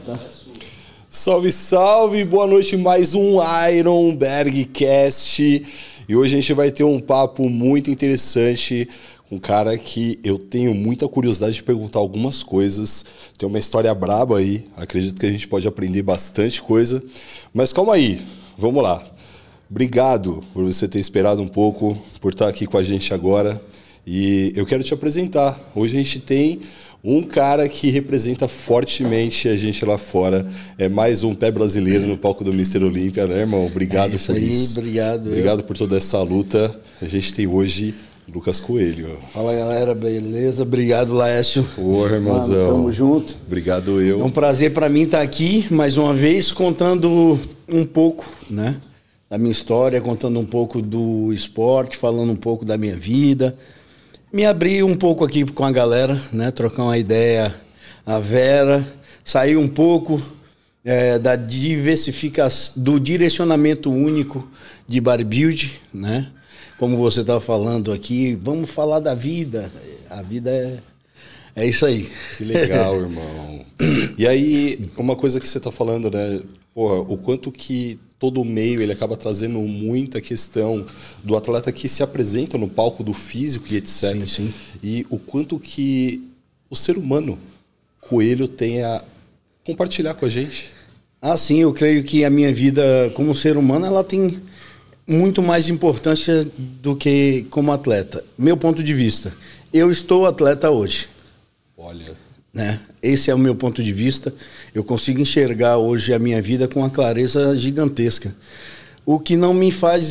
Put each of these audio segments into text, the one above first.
tá? Salve, salve! Boa noite, mais um Ironberg Cast. E hoje a gente vai ter um papo muito interessante com um cara que eu tenho muita curiosidade de perguntar algumas coisas. Tem uma história braba aí, acredito que a gente pode aprender bastante coisa. Mas calma aí, vamos lá. Obrigado por você ter esperado um pouco, por estar aqui com a gente agora. E eu quero te apresentar. Hoje a gente tem um cara que representa fortemente a gente lá fora. É mais um pé brasileiro no palco do Mr. Olímpia, né, irmão? Obrigado por isso. Obrigado. Obrigado por toda essa luta. A gente tem hoje Lucas Coelho. Fala, galera, beleza? Obrigado, Laércio. Porra, irmãozão. Mano, tamo junto. Obrigado eu. É um prazer para mim estar aqui mais uma vez contando um pouco, né, da minha história, contando um pouco do esporte, falando um pouco da minha vida. Me abri um pouco aqui com a galera, né? Trocar uma ideia, a Vera, sair um pouco da diversificação, do direcionamento único de bodybuilding, né? Como você estava falando aqui, vamos falar da vida. A vida é isso aí. Que legal, irmão. E aí, uma coisa que você está falando, né? Porra, o quanto que todo o meio ele acaba trazendo muita questão do atleta que se apresenta no palco do físico e etc. Sim, sim. E o quanto que o ser humano, Coelho, tem a compartilhar com a gente. Ah, sim, eu creio que a minha vida como ser humano, ela tem muito mais importância do que como atleta. Meu ponto de vista, eu estou atleta hoje. Olha, né? Esse é o meu ponto de vista. Eu consigo enxergar hoje a minha vida com uma clareza gigantesca. O que não me faz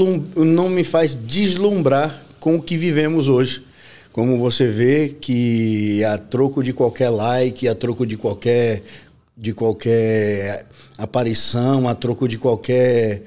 deslumbrar com o que vivemos hoje. Como você vê que a troco de qualquer like, a troco de qualquer aparição, a troco de qualquer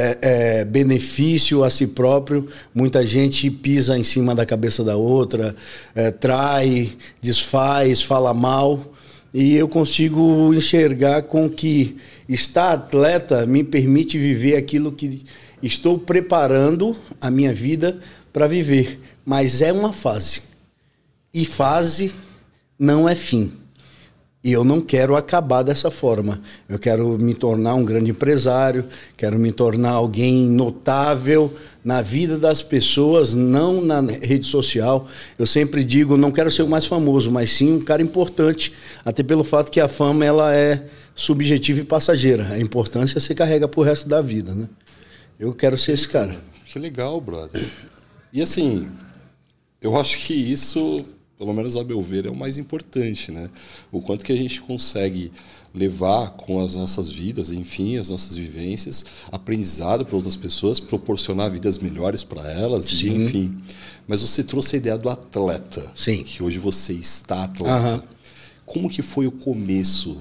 benefício a si próprio, muita gente pisa em cima da cabeça da outra, trai, desfaz, fala mal, e eu consigo enxergar com que estar atleta me permite viver aquilo que estou preparando a minha vida para viver, mas é uma fase, e fase não é fim. E eu não quero acabar dessa forma. Eu quero me tornar um grande empresário, quero me tornar alguém notável na vida das pessoas, não na rede social. Eu sempre digo, não quero ser o mais famoso, mas sim um cara importante, até pelo fato que a fama ela é subjetiva e passageira. A importância você carrega pro resto da vida, né? Eu quero ser esse cara. que legal, brother. E assim, eu acho que isso, pelo menos a meu ver, é o mais importante, né? O quanto que a gente consegue levar com as nossas vidas, enfim, as nossas vivências, aprendizado para outras pessoas, proporcionar vidas melhores para elas, e, enfim. Mas você trouxe a ideia do atleta. Sim. Que hoje você está atleta. Como que foi o começo?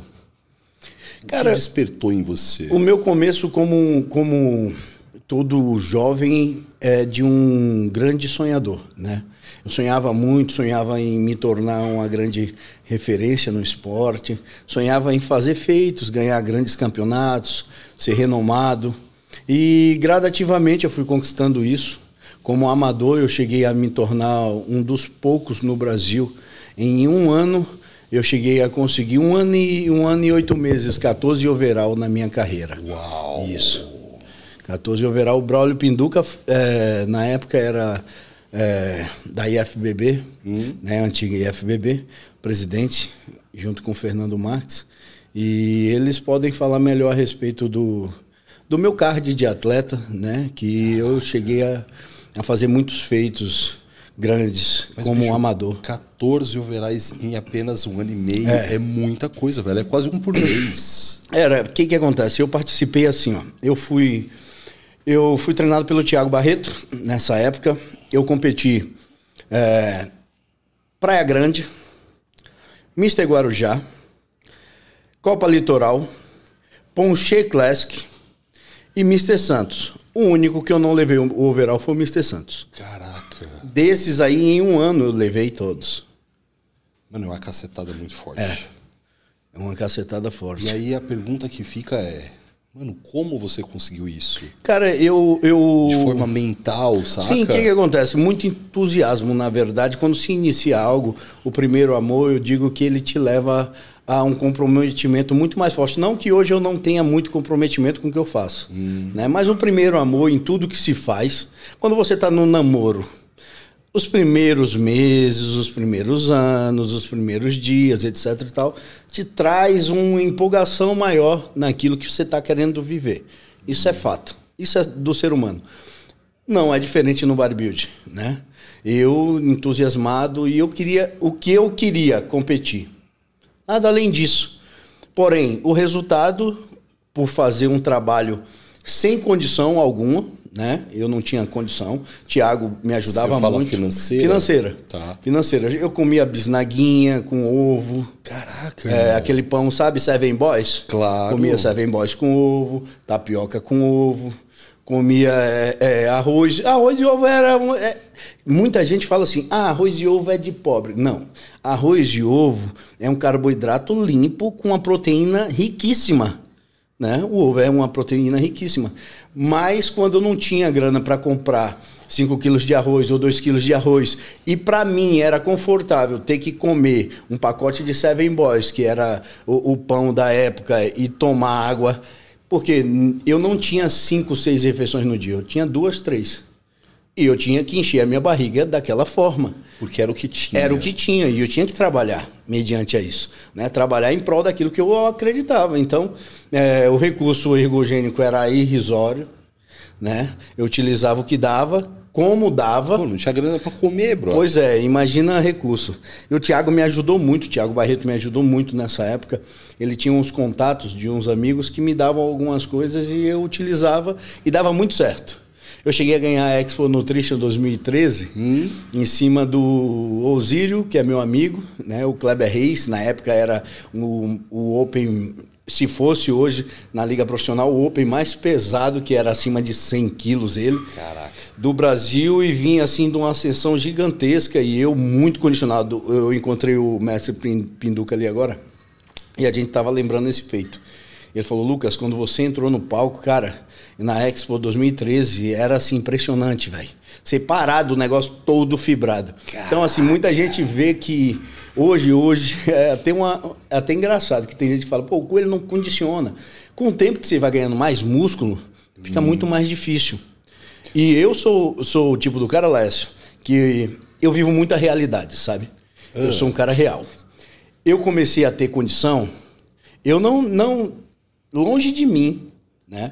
Cara, o que despertou em você? O meu começo como todo jovem é de um grande sonhador, né? Eu sonhava muito, sonhava em me tornar uma grande referência no esporte, sonhava em fazer feitos, ganhar grandes campeonatos, ser renomado. E gradativamente eu fui conquistando isso. Como amador, eu cheguei a me tornar um dos poucos no Brasil. Em um ano, eu cheguei a conseguir um ano e 8 meses, 14 overall na minha carreira. Uau! Isso. 14 overall. O Braulio Pinduca, na época, era da IFBB, né, antiga IFBB, presidente, junto com o Fernando Marques. E eles podem falar melhor a respeito do meu card de atleta, né, que eu cheguei a fazer muitos feitos grandes. Mas, como bicho, amador. 14 overais em apenas um ano e meio é muita coisa, velho. É quase um por mês. O que acontece? Eu participei assim, ó. Eu fui treinado pelo Thiago Barreto nessa época. Eu competi Praia Grande, Mister Guarujá, Copa Litoral, Ponche Classic e Mister Santos. O único que eu não levei o overall foi o Mister Santos. Caraca. Desses aí, em um ano, eu levei todos. Mano, é uma cacetada muito forte. É uma cacetada forte. E aí a pergunta que fica é... Mano, como você conseguiu isso? Cara, eu... De forma mental, saca? Sim, o que acontece? Muito entusiasmo, na verdade. Quando se inicia algo, o primeiro amor, eu digo que ele te leva a um comprometimento muito mais forte. Não que hoje eu não tenha muito comprometimento com o que eu faço, né? Mas o primeiro amor em tudo que se faz, quando você está no namoro, os primeiros meses, os primeiros anos, os primeiros dias, etc e tal, te traz uma empolgação maior naquilo que você está querendo viver. Isso é fato. Isso é do ser humano. Não é diferente no bodybuilding, né? Eu, entusiasmado, e o que eu queria competir. Nada além disso. Porém, o resultado, por fazer um trabalho sem condição alguma, né? Eu não tinha condição. Thiago me ajudava Você fala muito. financeira? Financeira. Tá. Financeira. Eu comia bisnaguinha com ovo. Caraca. Aquele pão, sabe? Seven Boys? Claro. Comia Seven Boys com ovo, tapioca com ovo. Comia arroz. Arroz e ovo era... muita gente fala assim, arroz e ovo é de pobre. Não. Arroz e ovo é um carboidrato limpo com uma proteína riquíssima. Né? O ovo é uma proteína riquíssima. Mas quando eu não tinha grana para comprar 5 quilos de arroz ou 2 quilos de arroz, e para mim era confortável ter que comer um pacote de Seven Boys, que era o pão da época, e tomar água, porque eu não tinha 5, 6 refeições no dia, eu tinha 2, 3. E eu tinha que encher a minha barriga daquela forma. Porque era o que tinha. Era o que tinha, e eu tinha que trabalhar mediante a isso. Né? Trabalhar em prol daquilo que eu acreditava. Então, o recurso ergogênico era irrisório. Né? Eu utilizava o que dava, como dava. Pô, não tinha grana para comer, bro. Pois é, imagina recurso. E o Thiago me ajudou muito, o Thiago Barreto me ajudou muito nessa época. Ele tinha uns contatos de uns amigos que me davam algumas coisas e eu utilizava e dava muito certo. Eu cheguei a ganhar a Expo Nutrition 2013 em cima do Osírio, que é meu amigo, né? O Kleber Reis, na época era o Open, se fosse hoje na Liga Profissional, o Open mais pesado, que era acima de 100 quilos ele. Caraca. Do Brasil, e vinha assim de uma ascensão gigantesca e eu muito condicionado. Eu encontrei o mestre Pinduca ali agora e a gente tava lembrando esse feito. Ele falou, Lucas, quando você entrou no palco, cara, na Expo 2013, era assim, impressionante, velho. Você parado, o negócio todo fibrado. Caraca. Então, assim, muita gente vê que hoje é até engraçado, que tem gente que fala, pô, o coelho não condiciona. Com o tempo que você vai ganhando mais músculo, fica muito mais difícil. E eu sou o tipo do cara, Lécio, que eu vivo muita realidade, sabe? Eu sou um cara real. Eu comecei a ter condição, eu não longe de mim, né?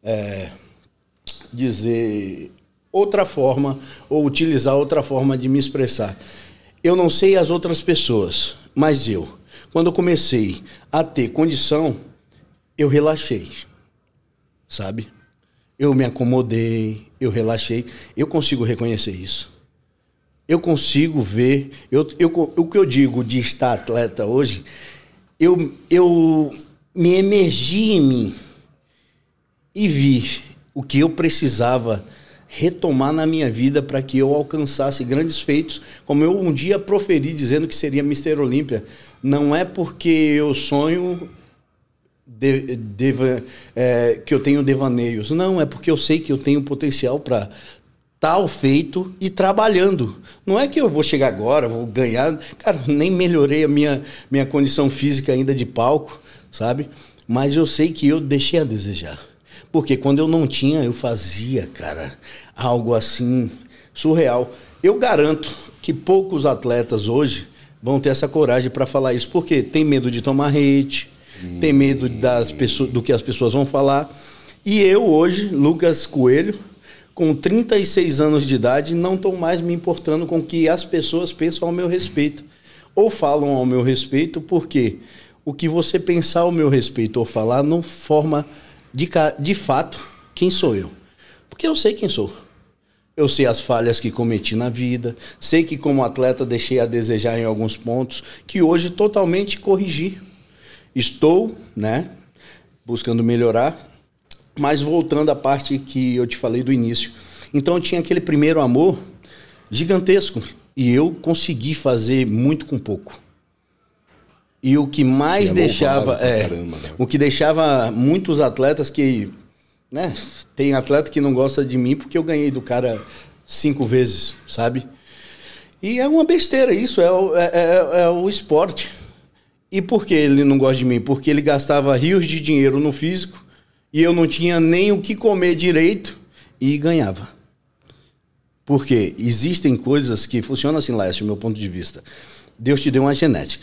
Dizer outra forma ou utilizar outra forma de me expressar. Eu não sei as outras pessoas, mas quando eu comecei a ter condição, eu relaxei, sabe? Eu me acomodei, eu relaxei. Eu consigo reconhecer isso. Eu consigo ver. O que eu digo de estar atleta hoje, eu me emergi em mim e vi o que eu precisava retomar na minha vida para que eu alcançasse grandes feitos, como eu um dia proferi dizendo que seria Mr. Olímpia. Não é porque eu sonho que eu tenho devaneios. Não, é porque eu sei que eu tenho potencial para tal feito e trabalhando. Não é que eu vou chegar agora, vou ganhar... Cara, nem melhorei a minha condição física ainda de palco, sabe? Mas eu sei que eu deixei a desejar. Porque quando eu não tinha, eu fazia, cara, algo assim surreal. Eu garanto que poucos atletas hoje vão ter essa coragem para falar isso, porque tem medo de tomar hate, tem medo do que as pessoas vão falar. E eu hoje, Lucas Coelho, com 36 anos de idade, não estou mais me importando com o que as pessoas pensam ao meu respeito. Ou falam ao meu respeito, porque o que você pensar ao meu respeito ou falar não forma de fato quem sou eu. Porque eu sei quem sou. Eu sei as falhas que cometi na vida, sei que como atleta deixei a desejar em alguns pontos, que hoje totalmente corrigi. Estou, né, buscando melhorar, mas voltando à parte que eu te falei do início. Então eu tinha aquele primeiro amor gigantesco e eu consegui fazer muito com pouco. E o que mais deixava... o que deixava muitos atletas que... né, tem atleta que não gosta de mim porque eu ganhei do cara 5 vezes, sabe? E é uma besteira isso, é o esporte. E por que ele não gosta de mim? Porque ele gastava rios de dinheiro no físico e eu não tinha nem o que comer direito e ganhava. Porque existem coisas que funcionam assim, Laércio, do meu ponto de vista. Deus te deu uma genética.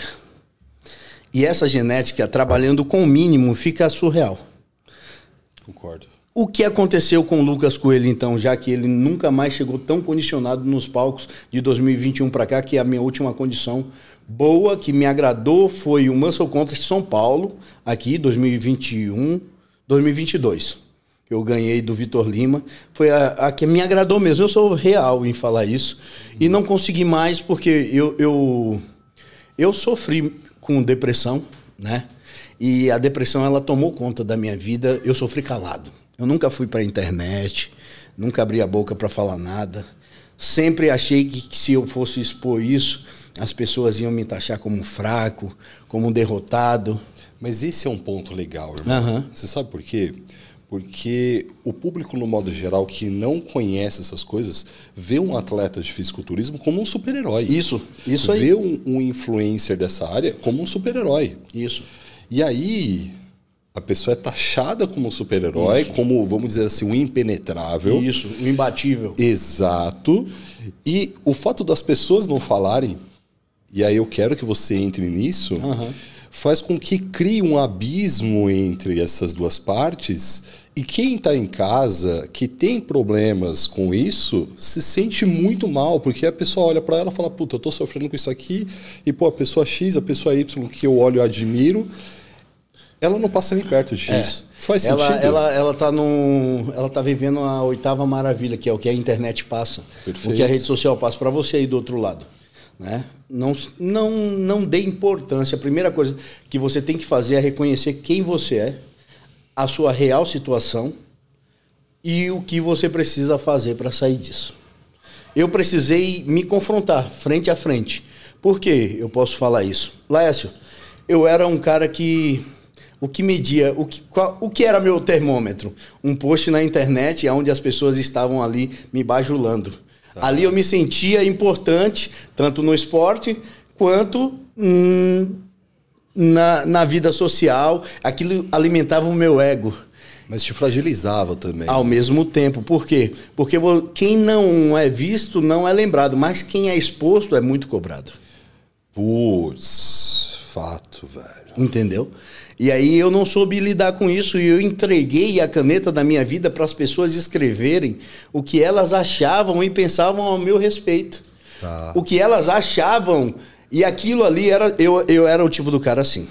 E essa genética, trabalhando com o mínimo, fica surreal. Concordo. O que aconteceu com o Lucas Coelho, então, já que ele nunca mais chegou tão condicionado nos palcos de 2021 para cá, que é a minha última condição boa, que me agradou, foi o Muscle Contest São Paulo, aqui, 2021, 2022. Eu ganhei do Vitor Lima. Foi a que me agradou mesmo. Eu sou real em falar isso. E não consegui mais porque eu sofri com depressão, né? E a depressão, ela tomou conta da minha vida. Eu sofri calado. Eu nunca fui para a internet, nunca abri a boca para falar nada. Sempre achei que se eu fosse expor isso, as pessoas iam me taxar como um fraco, como um derrotado. Mas esse é um ponto legal, irmão. Você sabe por quê? Porque o público, no modo geral, que não conhece essas coisas, vê um atleta de fisiculturismo como um super-herói. Isso aí. Vê um influencer dessa área como um super-herói. Isso. E aí, a pessoa é taxada como um super-herói, como, vamos dizer assim, um impenetrável. Isso, um imbatível. Exato. E o fato das pessoas não falarem, e aí eu quero que você entre nisso, faz com que crie um abismo entre essas duas partes, e quem está em casa, que tem problemas com isso, se sente muito mal, porque a pessoa olha para ela e fala, puta, eu tô sofrendo com isso aqui, e pô, a pessoa X, a pessoa Y, que eu olho e admiro, ela não passa nem perto disso. Faz sentido? Ela tá vivendo a oitava maravilha, que é o que a internet passa. Perfeito. O que a rede social passa para você aí do outro lado. Né? Não dê importância. A primeira coisa que você tem que fazer é reconhecer quem você é, a sua real situação e o que você precisa fazer para sair disso. Eu precisei me confrontar frente a frente. Por que eu posso falar isso? Laércio, eu era um cara que... O que media, o que era meu termômetro? Um post na internet onde as pessoas estavam ali me bajulando. Ali eu me sentia importante, tanto no esporte quanto na vida social. Aquilo alimentava o meu ego. Mas te fragilizava também. Ao mesmo tempo. Por quê? Porque quem não é visto não é lembrado, mas quem é exposto é muito cobrado. Putz, fato, velho. Entendeu? E aí eu não soube lidar com isso e eu entreguei a caneta da minha vida para as pessoas escreverem o que elas achavam e pensavam ao meu respeito. Tá. O que elas achavam, e aquilo ali era... Eu era o tipo do cara assim.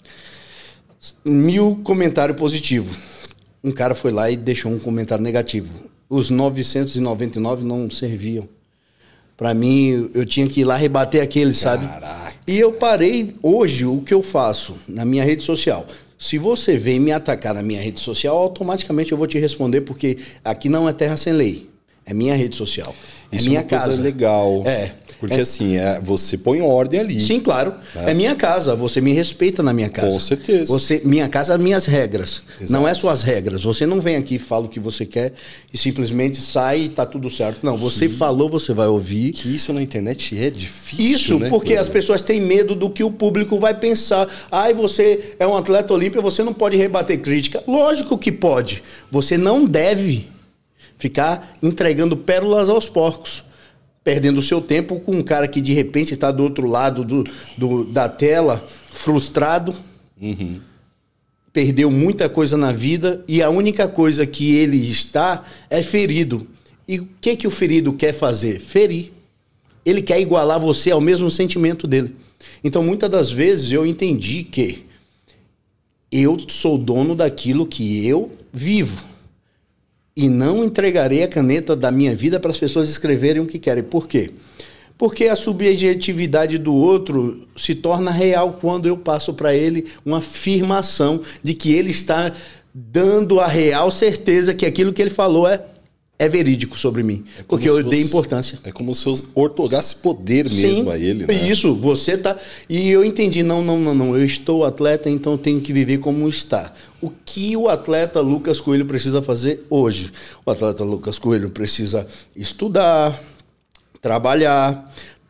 1000 comentários positivos. Um cara foi lá e deixou um comentário negativo. Os 999 não serviam. Para mim, eu tinha que ir lá rebater aquele, sabe? Caraca. E eu parei, hoje, o que eu faço na minha rede social. Se você vem me atacar na minha rede social, automaticamente eu vou te responder, porque aqui não é terra sem lei. É minha rede social. É Isso minha é uma coisa casa. legal. Porque assim, você põe ordem ali. Sim, claro. É minha casa. Você me respeita na minha casa. Com certeza. Minha casa, minhas regras. Exato. Não é suas regras. Você não vem aqui, fala o que você quer e simplesmente sai e tá tudo certo. Não, você falou, você vai ouvir. Que isso na internet é difícil, Isso, né, porque as pessoas têm medo do que o público vai pensar. Ai, você é um atleta olímpico, você não pode rebater crítica. Lógico que pode. Você não deve ficar entregando pérolas aos porcos. Perdendo o seu tempo com um cara que de repente está do outro lado da tela, frustrado, perdeu muita coisa na vida e a única coisa que ele está é ferido. E o que o ferido quer fazer? Ferir. Ele quer igualar você ao mesmo sentimento dele. Então, muitas das vezes eu entendi que eu sou dono daquilo que eu vivo. E não entregarei a caneta da minha vida para as pessoas escreverem o que querem. Por quê? Porque a subjetividade do outro se torna real quando eu passo para ele uma afirmação de que ele está dando a real certeza que aquilo que ele falou é verídico sobre mim. Porque eu dei importância. É como se eu ortogasse poder mesmo a ele, né? Isso, você tá... E eu entendi, não, eu estou atleta, então tenho que viver como está. O que o atleta Lucas Coelho precisa fazer hoje? O atleta Lucas Coelho precisa estudar, trabalhar,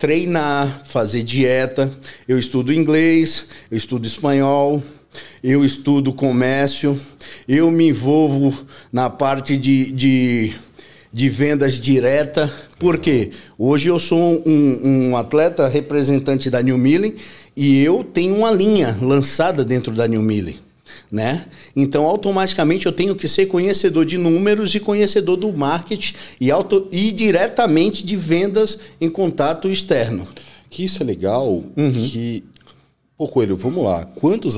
treinar, fazer dieta. Eu estudo inglês, eu estudo espanhol, eu estudo comércio, eu me envolvo na parte de vendas direta. Por quê? Hoje eu sou um atleta representante da New Milling e eu tenho uma linha lançada dentro da New Milling, né? Então, automaticamente, eu tenho que ser conhecedor de números e conhecedor do marketing e diretamente de vendas em contato externo. Que isso é legal, que... Pô, Coelho, vamos lá. Quantos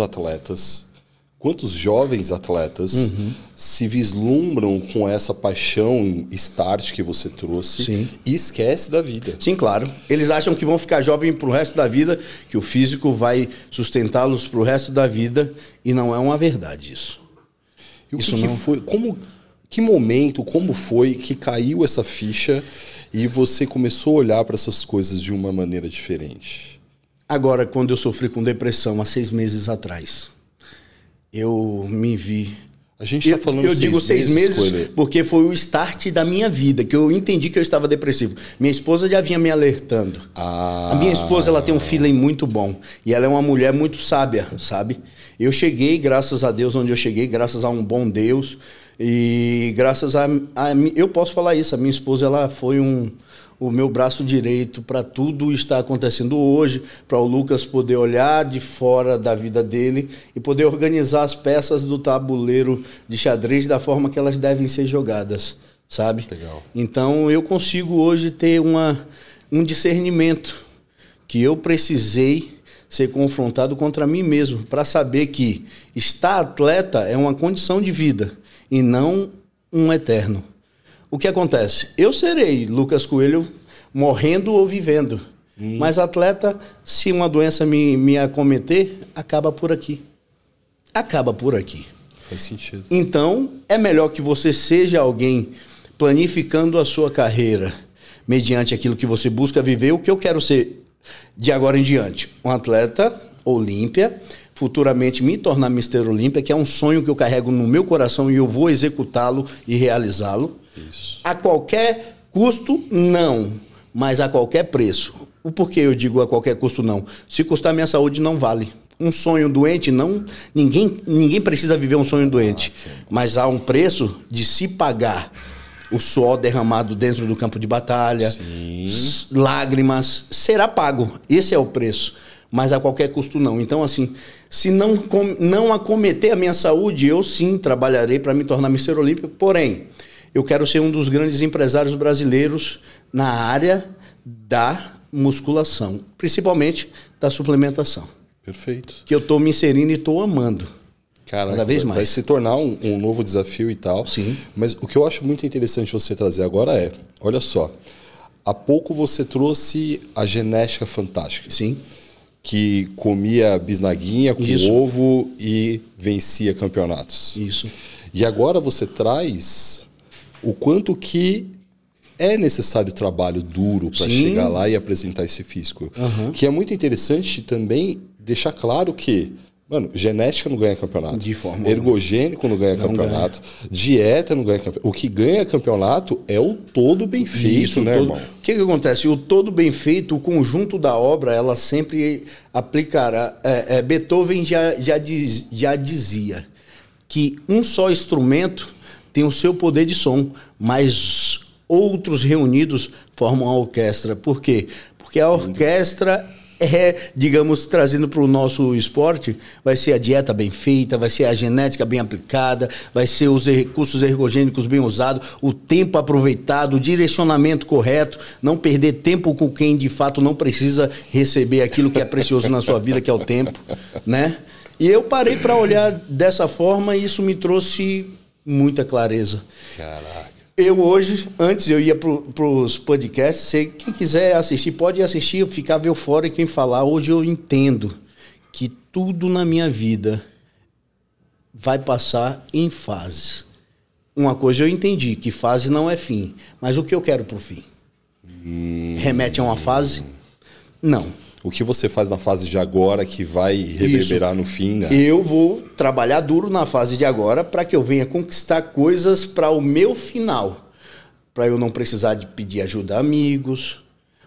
jovens atletas se vislumbram com essa paixão start que você trouxe Sim. e esquece da vida? Sim, claro. Eles acham que vão ficar jovens pro resto da vida, que o físico vai sustentá-los pro resto da vida, e não é uma verdade isso. E o que foi? Que momento, como foi que caiu essa ficha e você começou a olhar para essas coisas de uma maneira diferente? Agora, quando eu sofri com depressão, há 6 meses atrás, eu me vi... A gente está falando eu digo 6 meses porque foi o start da minha vida, que eu entendi que eu estava depressivo. Minha esposa já vinha me alertando. A minha esposa, ela tem um feeling muito bom. E ela é uma mulher muito sábia, sabe? Eu cheguei, graças a Deus, onde eu cheguei, graças a um bom Deus. E graças a eu posso falar isso, a minha esposa, ela foi o meu braço direito para tudo estar acontecendo hoje, para o Lucas poder olhar de fora da vida dele e poder organizar as peças do tabuleiro de xadrez da forma que elas devem ser jogadas, sabe? Legal. Então eu consigo hoje ter um discernimento que eu precisei ser confrontado contra mim mesmo, para saber que estar atleta é uma condição de vida e não um eterno. O que acontece? Eu serei Lucas Coelho morrendo ou vivendo. Mas atleta, se uma doença me acometer, acaba por aqui. Acaba por aqui. Faz sentido. Então, é melhor que você seja alguém planificando a sua carreira mediante aquilo que você busca viver. O que eu quero ser de agora em diante? Um atleta Olímpia, futuramente me tornar Mister Olímpia, que é um sonho que eu carrego no meu coração e eu vou executá-lo e realizá-lo. Isso. A qualquer custo, não, mas a qualquer preço. O porquê eu digo a qualquer custo, não? Se custar minha saúde, não vale. Um sonho doente, não, ninguém precisa viver um sonho doente. Mas há um preço de se pagar o suor derramado dentro do campo de batalha, Sim. lágrimas, será pago. Esse é o preço. Mas a qualquer custo, não. Então, assim, se não acometer a minha saúde, eu sim trabalharei para me tornar Mister Olímpia. Porém, eu quero ser um dos grandes empresários brasileiros na área da musculação, principalmente da suplementação. Perfeito. Que eu estou me inserindo e estou amando. Caraca, cada vez mais. Vai se tornar um novo desafio e tal. Sim. Mas o que eu acho muito interessante você trazer agora é, olha só, há pouco você trouxe a genética fantástica. Sim. Que comia bisnaguinha com Isso. ovo e vencia campeonatos. Isso. E agora você traz o quanto que é necessário trabalho duro para chegar lá e apresentar esse físico. Que é muito interessante também deixar claro que, mano, genética não ganha campeonato. De forma ergogênico não ganha campeonato. Dieta não ganha campeonato. O que ganha campeonato é o todo bem feito, Isso, né, irmão? O que acontece? O todo bem feito, o conjunto da obra, ela sempre aplicará. Beethoven já dizia que um só instrumento tem o seu poder de som, mas outros reunidos formam a orquestra. Por quê? Porque a orquestra digamos, trazendo para o nosso esporte, vai ser a dieta bem feita, vai ser a genética bem aplicada, vai ser os recursos ergogênicos bem usados, o tempo aproveitado, o direcionamento correto, não perder tempo com quem de fato não precisa receber aquilo que é precioso na sua vida, que é o tempo, né? E eu parei para olhar dessa forma e isso me trouxe muita clareza. Caraca. Eu hoje, antes eu ia para os podcasts, quem quiser assistir, pode assistir, eu ficava eufórico em falar. Hoje eu entendo que tudo na minha vida vai passar em fases. Uma coisa eu entendi, que fase não é fim, mas o que eu quero para o fim? Remete a uma fase? Não. O que você faz na fase de agora que vai reverberar no fim, né? Eu vou trabalhar duro na fase de agora para que eu venha conquistar coisas para o meu final. Para eu não precisar de pedir ajuda a amigos,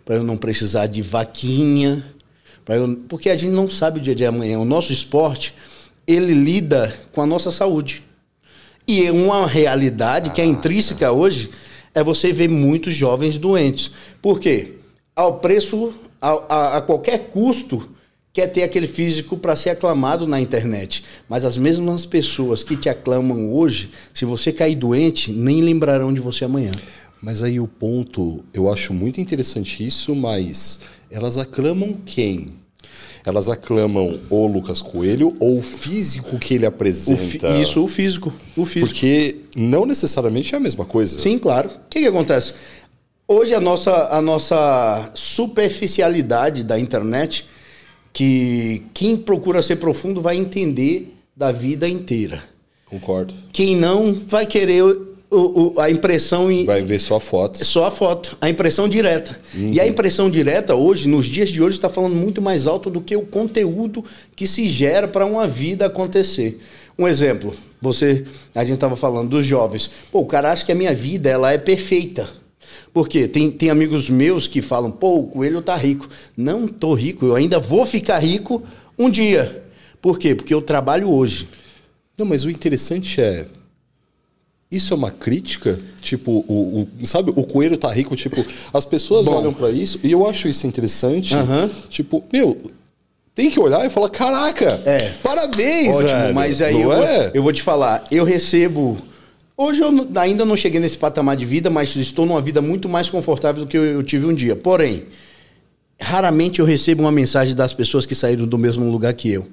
para eu não precisar de vaquinha, porque a gente não sabe o dia de amanhã. O nosso esporte, ele lida com a nossa saúde. E é uma realidade que é intrínseca hoje, é você ver muitos jovens doentes. Por quê? Ao preço, a qualquer custo, quer ter aquele físico para ser aclamado na internet. Mas as mesmas pessoas que te aclamam hoje, se você cair doente, nem lembrarão de você amanhã. Mas aí o ponto, eu acho muito interessante isso, mas elas aclamam quem? Elas aclamam o Lucas Coelho ou o físico que ele apresenta? O físico. Porque não necessariamente é a mesma coisa. Sim, claro. O que acontece? Hoje a nossa superficialidade da internet, que quem procura ser profundo vai entender da vida inteira. Concordo. Quem não vai querer a impressão... Vai ver só a foto. Só a foto, a impressão direta. E a impressão direta hoje, nos dias de hoje, está falando muito mais alto do que o conteúdo que se gera para uma vida acontecer. Um exemplo, a gente estava falando dos jovens. Pô, o cara acha que a minha vida ela é perfeita. Por quê? Tem amigos meus que falam, pô, o Coelho tá rico. Não tô rico, eu ainda vou ficar rico um dia. Por quê? Porque eu trabalho hoje. Não, mas o interessante é... Isso é uma crítica? Tipo, sabe, o Coelho tá rico, tipo, as pessoas olham pra isso e eu acho isso interessante. Tipo, tem que olhar e falar, caraca, parabéns, ótimo, velho. mas aí eu vou te falar, eu recebo... Hoje eu ainda não cheguei nesse patamar de vida, mas estou numa vida muito mais confortável do que eu tive um dia. Porém, raramente eu recebo uma mensagem das pessoas que saíram do mesmo lugar que eu.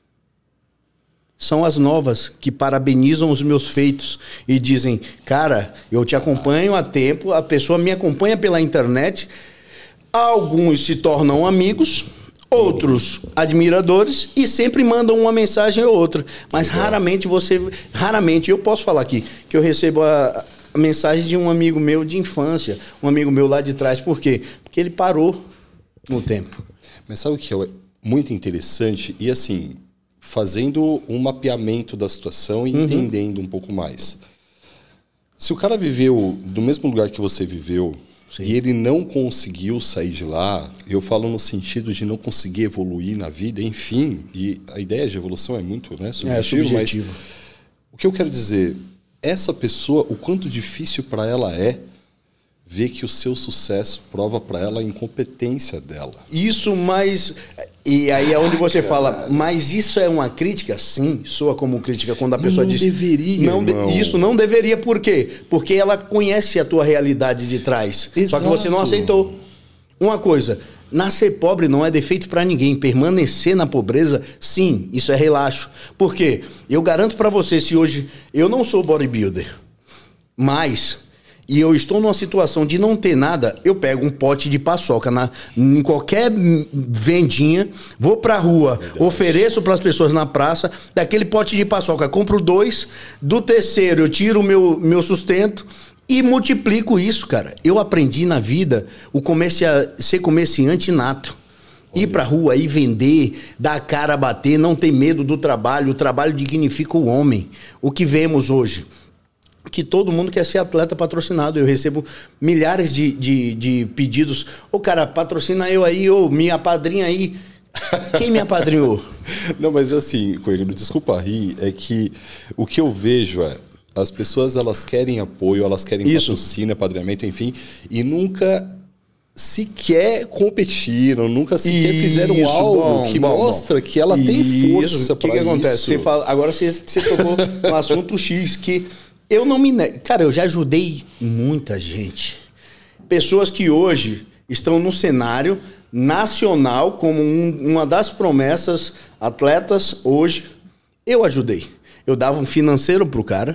São as novas que parabenizam os meus feitos e dizem, cara, eu te acompanho há tempo, a pessoa me acompanha pela internet, alguns se tornam amigos, outros admiradores e sempre mandam uma mensagem ou outra. Mas raramente eu posso falar aqui, que eu recebo a mensagem de um amigo meu de infância, um amigo meu lá de trás. Por quê? Porque ele parou no tempo. Mas sabe o que é muito interessante? E assim... fazendo um mapeamento da situação e entendendo um pouco mais. Se o cara viveu do mesmo lugar que você viveu, sim, e ele não conseguiu sair de lá, eu falo no sentido de não conseguir evoluir na vida, enfim, e a ideia de evolução é muito subjetivo, mas o que eu quero dizer, essa pessoa, o quanto difícil para ela é ver que o seu sucesso prova para ela a incompetência dela. Isso, mas... E aí é onde você fala, mas isso é uma crítica? Sim, soa como crítica quando a pessoa diz... Não deveria, Isso não deveria, por quê? Porque ela conhece a tua realidade de trás. Exato. Só que você não aceitou. Uma coisa, nascer pobre não é defeito para ninguém. Permanecer na pobreza, sim, isso é relaxo. Por quê? Eu garanto para você, se hoje eu não sou bodybuilder, mas... e eu estou numa situação de não ter nada, eu pego um pote de paçoca em qualquer vendinha, vou pra rua, ofereço para as pessoas na praça, daquele pote de paçoca, compro 2, do terceiro eu tiro o meu sustento e multiplico isso, cara. Eu aprendi na vida ser comerciante nato. Ir pra rua, ir vender, dar a cara a bater, não ter medo do trabalho, o trabalho dignifica o homem. O que vemos hoje? Que todo mundo quer ser atleta patrocinado. Eu recebo milhares de pedidos. Ô, cara, patrocina eu aí, ou me apadrinha aí. Quem me apadrinhou? Não, mas assim, Coelho, desculpa rir, é que o que eu vejo é as pessoas, elas querem apoio, elas querem patrocínio, apadrinhamento, enfim, e nunca sequer competiram, nunca sequer fizeram algo que mostra que ela tem força para isso. O que acontece? Agora você tocou no assunto X, que... eu não me nego. Cara, eu já ajudei muita gente. Pessoas que hoje estão no cenário nacional como uma das promessas, atletas, hoje, eu ajudei. Eu dava um financeiro pro cara,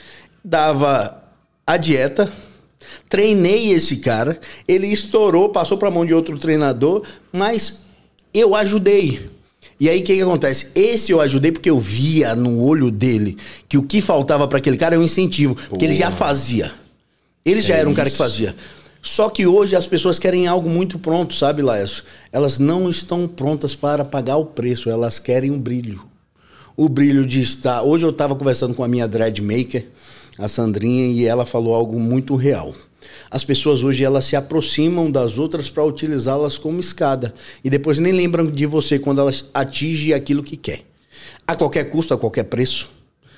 dava a dieta, treinei esse cara, ele estourou, passou pra mão de outro treinador, mas eu ajudei. E aí, o que acontece? Esse eu ajudei porque eu via no olho dele que o que faltava para aquele cara é um incentivo. Porque ele já fazia. Ele já era um cara que fazia. Só que hoje as pessoas querem algo muito pronto, sabe, Laércio? Elas não estão prontas para pagar o preço. Elas querem um brilho. O brilho de estar... Hoje eu estava conversando com a minha dread maker, a Sandrinha, e ela falou algo muito real. As pessoas hoje elas se aproximam das outras para utilizá-las como escada. E depois nem lembram de você quando elas atingem aquilo que quer. A qualquer custo, a qualquer preço.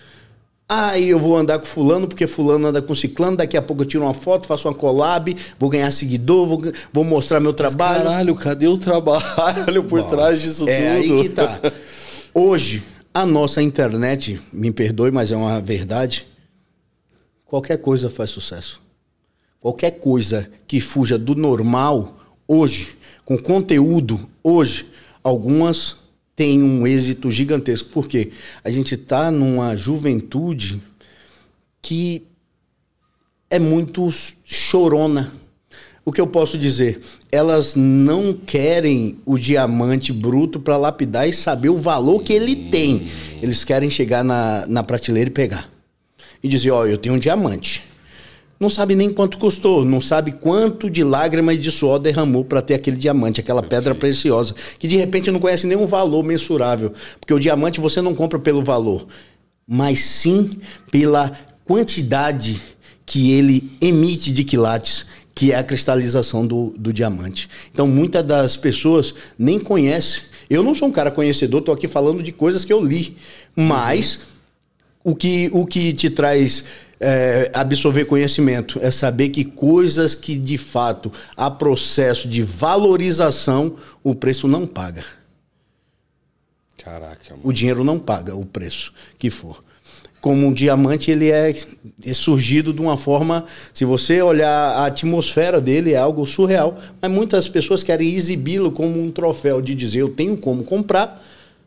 Eu vou andar com fulano porque fulano anda com ciclano, daqui a pouco eu tiro uma foto, faço uma collab, vou ganhar seguidor, vou mostrar meu trabalho. Mas caralho, cadê o trabalho por trás disso tudo? É aí que tá. Hoje, a nossa internet, me perdoe, mas é uma verdade, qualquer coisa faz sucesso. Qualquer coisa que fuja do normal, hoje, com conteúdo, hoje, algumas têm um êxito gigantesco. Por quê? A gente está numa juventude que é muito chorona. O que eu posso dizer? Elas não querem o diamante bruto para lapidar e saber o valor que ele tem. Eles querem chegar na prateleira e pegar. E dizer, eu tenho um diamante. Não sabe nem quanto custou, não sabe quanto de lágrima e de suor derramou para ter aquele diamante, aquela pedra preciosa, que de repente não conhece nenhum valor mensurável. Porque o diamante você não compra pelo valor, mas sim pela quantidade que ele emite de quilates, que é a cristalização do diamante. Então, muitas das pessoas nem conhecem. Eu não sou um cara conhecedor, estou aqui falando de coisas que eu li. Mas o que te traz absorver conhecimento é saber que coisas que, de fato, há processo de valorização, o preço não paga. Caraca, mano. O dinheiro não paga o preço que for. Como um diamante, ele é surgido de uma forma... Se você olhar a atmosfera dele, é algo surreal. Mas muitas pessoas querem exibi-lo como um troféu de dizer, eu tenho como comprar.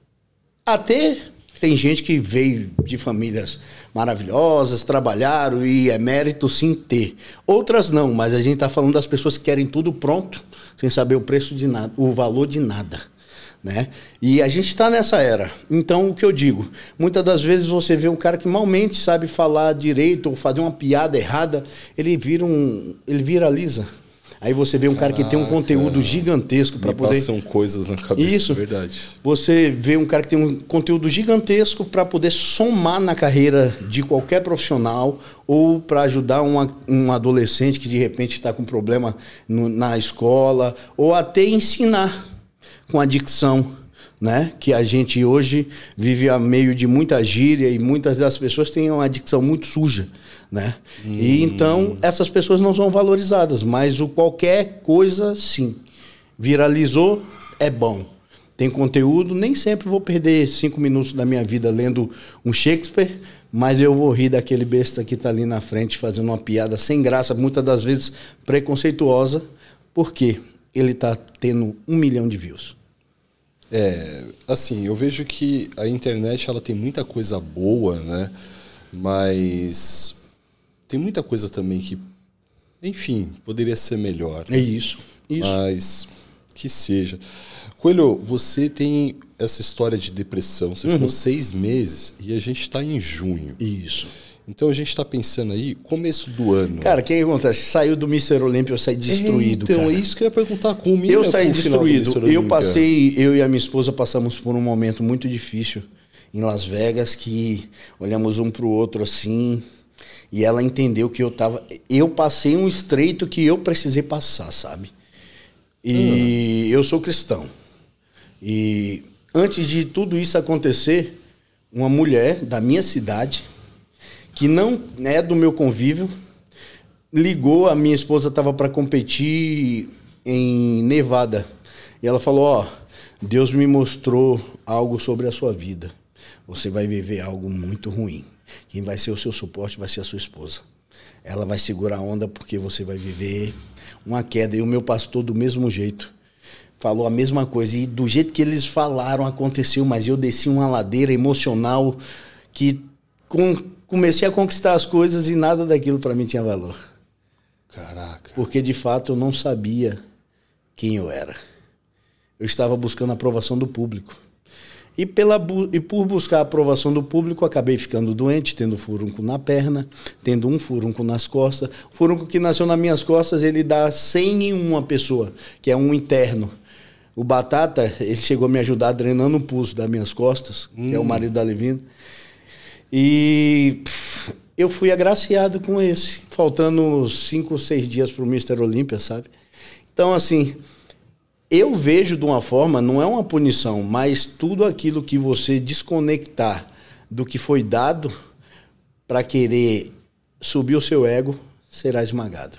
Até tem gente que veio de famílias maravilhosas, trabalharam e é mérito sim ter. Outras não, mas a gente está falando das pessoas que querem tudo pronto, sem saber o preço de nada, o valor de nada. Né? E a gente está nessa era. Então, o que eu digo? Muitas das vezes você vê um cara que malmente sabe falar direito ou fazer uma piada errada, ele viraliza. Aí você vê um cara que tem um conteúdo gigantesco para poder... Passam coisas na cabeça, isso, verdade. Você vê um cara que tem um conteúdo gigantesco para poder somar na carreira de qualquer profissional ou para ajudar um adolescente que de repente está com problema na escola ou até ensinar com adicção, né? Que a gente hoje vive a meio de muita gíria e muitas das pessoas têm uma adicção muito suja, né? E então essas pessoas não são valorizadas, mas qualquer coisa sim. Viralizou, é bom. Tem conteúdo, nem sempre vou perder 5 minutos da minha vida lendo um Shakespeare, mas eu vou rir daquele besta que está ali na frente fazendo uma piada sem graça, muitas das vezes preconceituosa, porque ele está tendo 1 milhão de views. Assim, eu vejo que a internet ela tem muita coisa boa, né? Mas tem muita coisa também que, enfim, poderia ser melhor. É isso. Mas que seja. Coelho, você tem essa história de depressão. Você ficou 6 meses e a gente está em junho. Isso. Então a gente está pensando aí, começo do ano. Cara, o que acontece? Saiu do Mr. Olímpia, eu saí destruído, então, cara. é isso que eu ia perguntar. Comigo eu saí destruído. Eu e a minha esposa passamos por um momento muito difícil em Las Vegas, que olhamos um pro outro assim, e ela entendeu que eu passei um estreito que eu precisei passar, sabe? E eu sou cristão. E antes de tudo isso acontecer, uma mulher da minha cidade, que não é do meu convívio, ligou, a minha esposa estava para competir em Nevada. E ela falou, Deus me mostrou algo sobre a sua vida. Você vai viver algo muito ruim. Quem vai ser o seu suporte vai ser a sua esposa. Ela vai segurar a onda porque você vai viver uma queda. E o meu pastor, do mesmo jeito, falou a mesma coisa. E do jeito que eles falaram, aconteceu. Mas eu desci uma ladeira emocional que... comecei a conquistar as coisas e nada daquilo para mim tinha valor. Caraca. Porque, de fato, eu não sabia quem eu era. Eu estava buscando a aprovação do público. E por buscar a aprovação do público, acabei ficando doente, tendo furúnculo na perna, tendo um furúnculo nas costas. O furúnculo que nasceu nas minhas costas, ele dá 100 em uma pessoa, que é um interno. O Batata, ele chegou a me ajudar drenando o pulso das minhas costas, que é o marido da Levina. E eu fui agraciado com esse, faltando 5 ou 6 dias para o Mr. Olímpia, sabe? Então, assim, eu vejo de uma forma, não é uma punição, mas tudo aquilo que você desconectar do que foi dado para querer subir o seu ego, será esmagado.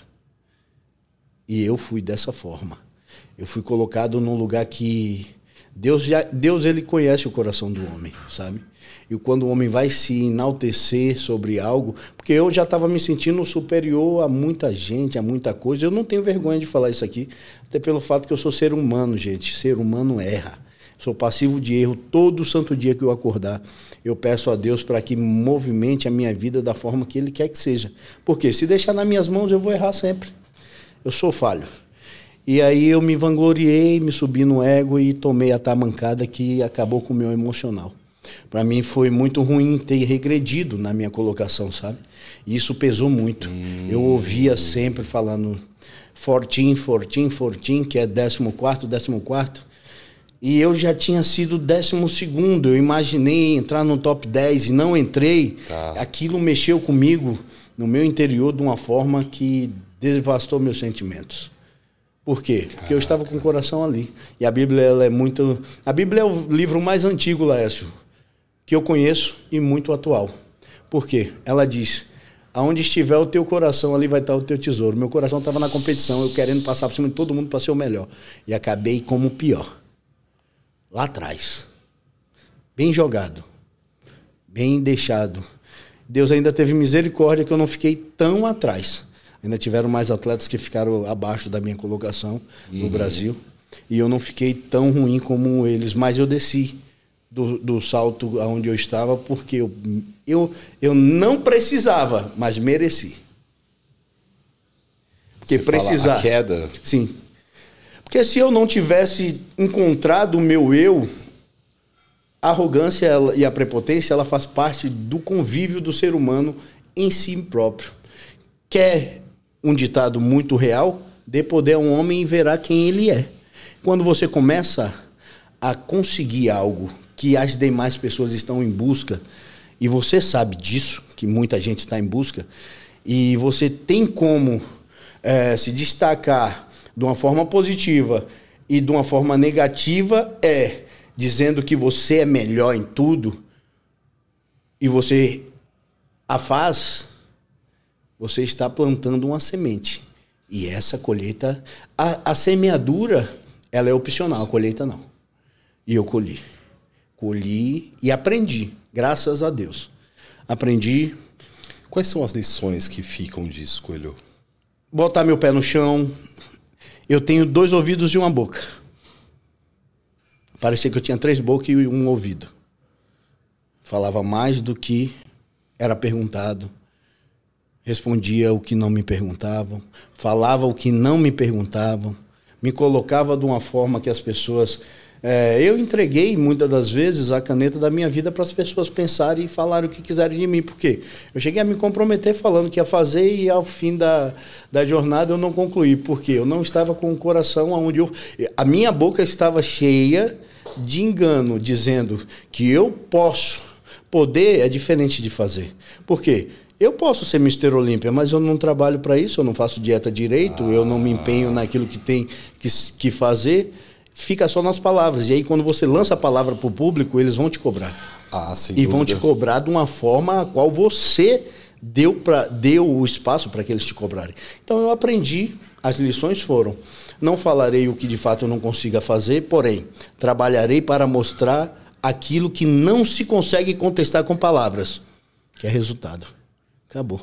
E eu fui dessa forma. Eu fui colocado num lugar que Deus ele conhece o coração do homem, sabe? E quando o homem vai se enaltecer sobre algo, porque eu já estava me sentindo superior a muita gente, a muita coisa. Eu não tenho vergonha de falar isso aqui, até pelo fato que eu sou ser humano, gente. Ser humano erra. Sou passivo de erro. Todo santo dia que eu acordar, eu peço a Deus para que movimente a minha vida da forma que Ele quer que seja. Porque se deixar nas minhas mãos, eu vou errar sempre. Eu sou falho. E aí eu me vangloriei, me subi no ego e tomei a tamancada que acabou com o meu emocional. Para mim foi muito ruim ter regredido na minha colocação, sabe? E isso pesou muito. Eu ouvia sempre falando fortinho, que é 14º. E eu já tinha sido 12º. Eu imaginei entrar no top 10 e não entrei. Tá. Aquilo mexeu comigo, no meu interior, de uma forma que devastou meus sentimentos. Por quê? Porque eu estava com o coração ali. E a Bíblia, ela é muito... A Bíblia é o livro mais antigo, Laércio, que eu conheço e muito atual. Por quê? Ela diz, aonde estiver o teu coração, ali vai estar o teu tesouro. Meu coração estava na competição, eu querendo passar por cima de todo mundo para ser o melhor. E acabei como o pior. Lá atrás. Bem jogado. Bem deixado. Deus ainda teve misericórdia que eu não fiquei tão atrás. Ainda tiveram mais atletas que ficaram abaixo da minha colocação no Brasil. E eu não fiquei tão ruim como eles, mas eu desci do salto aonde eu estava, porque eu não precisava, mas mereci. Porque você precisar. Fala a queda. Sim. Porque se eu não tivesse encontrado o meu eu, a arrogância e a prepotência, ela faz parte do convívio do ser humano em si próprio. Quer um ditado muito real? Dê poder a um homem e verá quem ele é. Quando você começa a conseguir algo que as demais pessoas estão em busca, e você sabe disso, que muita gente está em busca, e você tem como se destacar de uma forma positiva e de uma forma negativa, dizendo que você é melhor em tudo, e você a faz, você está plantando uma semente. E essa colheita, a semeadura, ela é opcional, a colheita não. E eu colhi. Colhi e aprendi, graças a Deus. Aprendi. Quais são as lições que ficam disso, Coelho? Botar meu pé no chão. Eu tenho 2 ouvidos e uma boca. Parecia que eu tinha 3 bocas e um ouvido. Falava mais do que era perguntado. Respondia o que não me perguntavam. Falava o que não me perguntavam. Me colocava de uma forma que as pessoas... eu entreguei, muitas das vezes, a caneta da minha vida para as pessoas pensarem e falarem o que quiserem de mim. Por quê? Eu cheguei a me comprometer falando que ia fazer e ao fim da jornada eu não concluí. Por quê? Eu não estava com o coração onde eu... A minha boca estava cheia de engano, dizendo que eu posso. Poder é diferente de fazer. Por quê? Eu posso ser Mr. Olímpia, mas eu não trabalho para isso, eu não faço dieta direito, eu não me empenho naquilo que tem que fazer. Fica só nas palavras. E aí, quando você lança a palavra para o público, eles vão te cobrar. Sem e dúvida. vão te cobrar de uma forma a qual você deu o espaço para que eles te cobrarem. Então, eu aprendi, as lições foram: não falarei o que de fato eu não consiga fazer, porém, trabalharei para mostrar aquilo que não se consegue contestar com palavras, que é resultado. Acabou.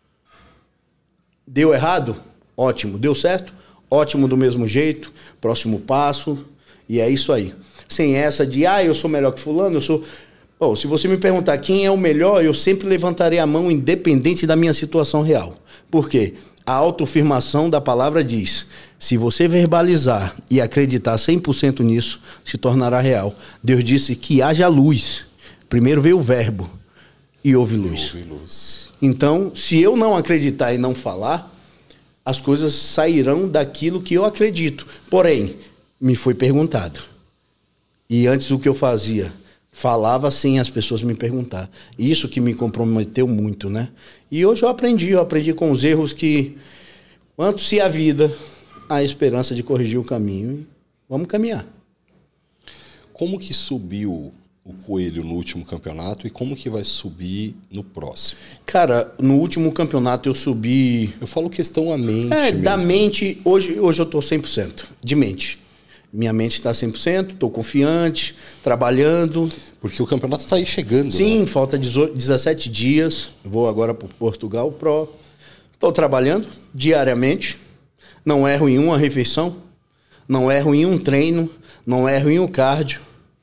Deu errado? Ótimo. Deu certo? Ótimo do mesmo jeito. Próximo passo. E é isso aí. Sem essa de, eu sou melhor que fulano, eu sou... se você me perguntar quem é o melhor, eu sempre levantarei a mão independente da minha situação real. Por quê? A autoafirmação da palavra diz, se você verbalizar e acreditar 100% nisso, se tornará real. Deus disse que haja luz. Primeiro veio o verbo e houve luz. Então, se eu não acreditar e não falar, as coisas sairão daquilo que eu acredito. Porém, me foi perguntado. E antes o que eu fazia? falava sem as pessoas me perguntar. Isso que me comprometeu muito, né? E hoje eu aprendi com os erros que, quanto se a vida, a esperança de corrigir o caminho. Vamos caminhar. Como que subiu o Coelho no último campeonato e como que vai subir no próximo? Cara, no último campeonato eu subi... Eu falo questão a mente mesmo. Da mente, hoje eu tô 100%, de mente. Minha mente está 100%, estou confiante, trabalhando. Porque o campeonato está aí chegando. Sim, né? falta 17 dias. Vou agora para Portugal Pro. Estou trabalhando diariamente. Não erro em uma refeição. Não erro em um treino. Não erro em um cardio.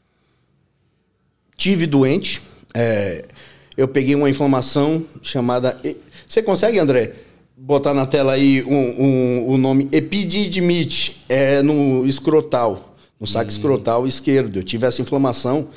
Tive doente. Eu peguei uma inflamação chamada... Você consegue, André, botar na tela aí o nome epididimite? É no escrotal, no saco escrotal esquerdo. Eu tive essa inflamação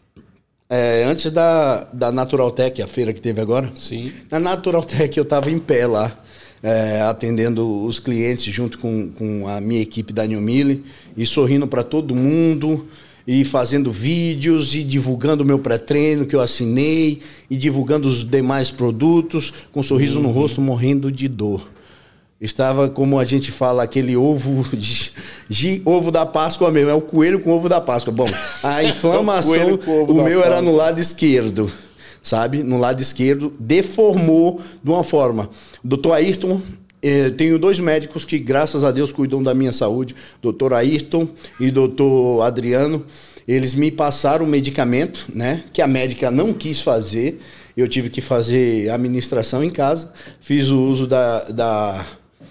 antes da Naturaltech, a feira que teve agora. Sim. Na Naturaltech eu estava em pé lá, atendendo os clientes junto com a minha equipe da New Mille e sorrindo para todo mundo e fazendo vídeos e divulgando o meu pré-treino que eu assinei e divulgando os demais produtos com um sorriso no rosto, morrendo de dor. Estava, como a gente fala, aquele ovo ovo da Páscoa mesmo. É o coelho com ovo da Páscoa. Bom, a inflamação, o meu era no lado esquerdo, sabe? No lado esquerdo, deformou de uma forma. Dr. Ayrton, tenho 2 médicos que, graças a Deus, cuidam da minha saúde. Dr. Ayrton e Dr. Adriano. Eles me passaram um medicamento, né? Que a médica não quis fazer. Eu tive que fazer a administração em casa. Fiz o uso da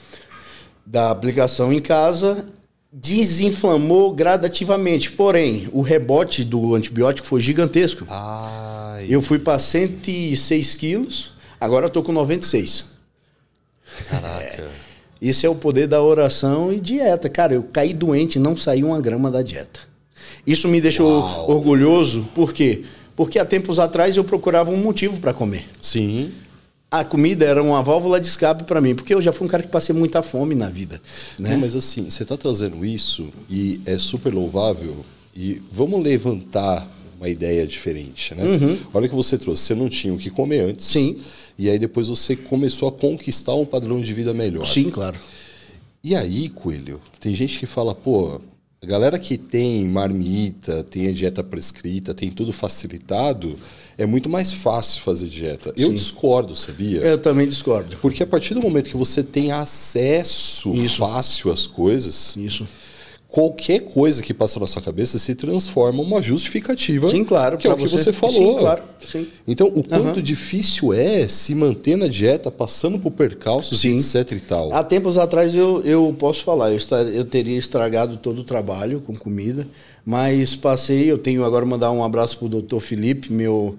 aplicação em casa, desinflamou gradativamente. Porém, o rebote do antibiótico foi gigantesco. Ai. Eu fui para 106 quilos, agora estou com 96. Caraca. Isso é o poder da oração e dieta. Cara, eu caí doente e não saí 1 grama da dieta. Isso me deixou orgulhoso. Por quê? Porque há tempos atrás eu procurava um motivo para comer. Sim. A comida era uma válvula de escape para mim, porque eu já fui um cara que passei muita fome na vida. Né? Não, mas assim, você está trazendo isso e é super louvável. E vamos levantar uma ideia diferente, né? Olha o que você trouxe. Você não tinha o que comer antes. Sim. E aí depois você começou a conquistar um padrão de vida melhor. Sim, claro. E aí, Coelho, tem gente que fala, pô, a galera que tem marmita, tem a dieta prescrita, tem tudo facilitado, é muito mais fácil fazer dieta. Eu discordo, sabia? Eu também discordo. Porque a partir do momento que você tem acesso fácil às coisas, qualquer coisa que passa na sua cabeça se transforma uma justificativa. Sim, claro. Que é o que você falou. Sim, claro. Sim. Então, o quanto difícil é se manter na dieta, passando por percalços, etc e tal. Há tempos atrás eu posso falar, eu teria estragado todo o trabalho com comida, mas passei, eu tenho agora mandar um abraço pro Dr. Felipe, meu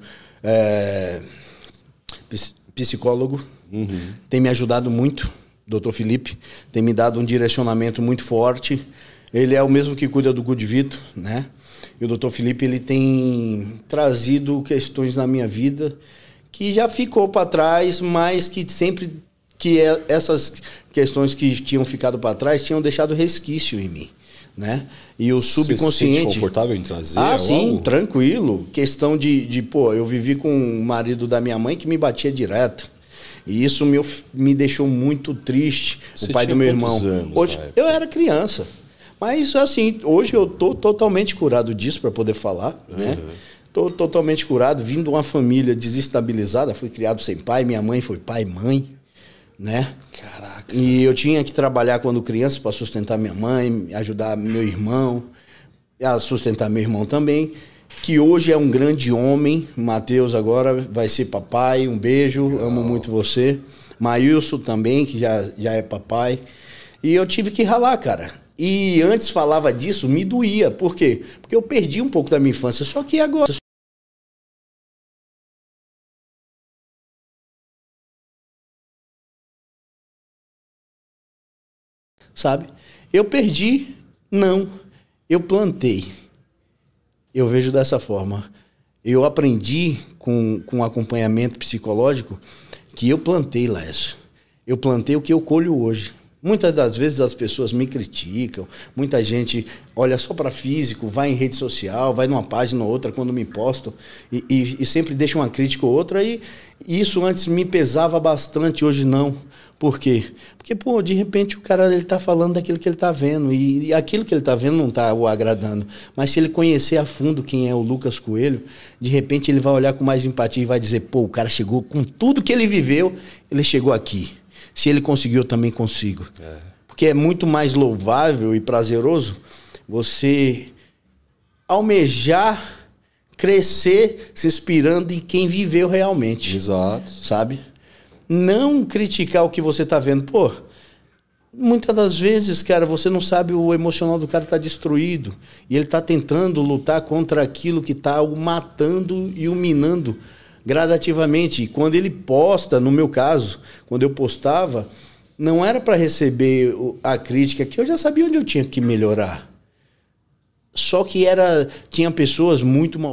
psicólogo, tem me ajudado muito, Dr. Felipe, tem me dado um direcionamento muito forte. Ele é o mesmo que cuida do Good Vito, né? E o Dr. Felipe, ele tem trazido questões na minha vida que já ficou para trás, mas que sempre essas questões que tinham ficado para trás tinham deixado resquício em mim, né? E o subconsciente... Você se sente confortável em trazer? Sim, tranquilo. Questão pô, eu vivi com o marido da minha mãe que me batia direto. E isso me deixou muito triste. Você o pai do meu irmão. Hoje, eu era criança. Mas, assim, hoje eu tô totalmente curado disso para poder falar, né? Tô totalmente curado, vindo de uma família desestabilizada, fui criado sem pai, minha mãe foi pai e mãe, né? Caraca. E eu tinha que trabalhar quando criança para sustentar minha mãe, ajudar meu irmão, a sustentar meu irmão também, que hoje é um grande homem. Matheus agora vai ser papai, um beijo, amo muito você. Maílson também, que já é papai. E eu tive que ralar, cara. E antes falava disso, me doía. Por quê? Porque eu perdi um pouco da minha infância. Só que agora... Sabe? Eu perdi? Não. Eu plantei. Eu vejo dessa forma. Eu aprendi com acompanhamento psicológico que eu plantei, Lécio. Eu plantei o que eu colho hoje. Muitas das vezes as pessoas me criticam, muita gente olha só para físico, vai em rede social, vai numa página ou outra quando me postam e sempre deixa uma crítica ou outra. E isso antes me pesava bastante, hoje não. Por quê? Porque, pô, de repente o cara ele tá falando daquilo que ele tá vendo e aquilo que ele tá vendo não tá o agradando. Mas se ele conhecer a fundo quem é o Lucas Coelho, de repente ele vai olhar com mais empatia e vai dizer, pô, o cara chegou com tudo que ele viveu, ele chegou aqui. Se ele conseguiu, eu também consigo. Porque é muito mais louvável e prazeroso você almejar crescer se inspirando em quem viveu realmente. Exato. Sabe? Não criticar o que você tá vendo. Pô, muitas das vezes, cara, você não sabe, o emocional do cara tá destruído. E ele tá tentando lutar contra aquilo que tá o matando e o minando gradativamente. E quando ele posta, no meu caso, quando eu postava, não era para receber a crítica, que eu já sabia onde eu tinha que melhorar. Só que tinha pessoas muito mal.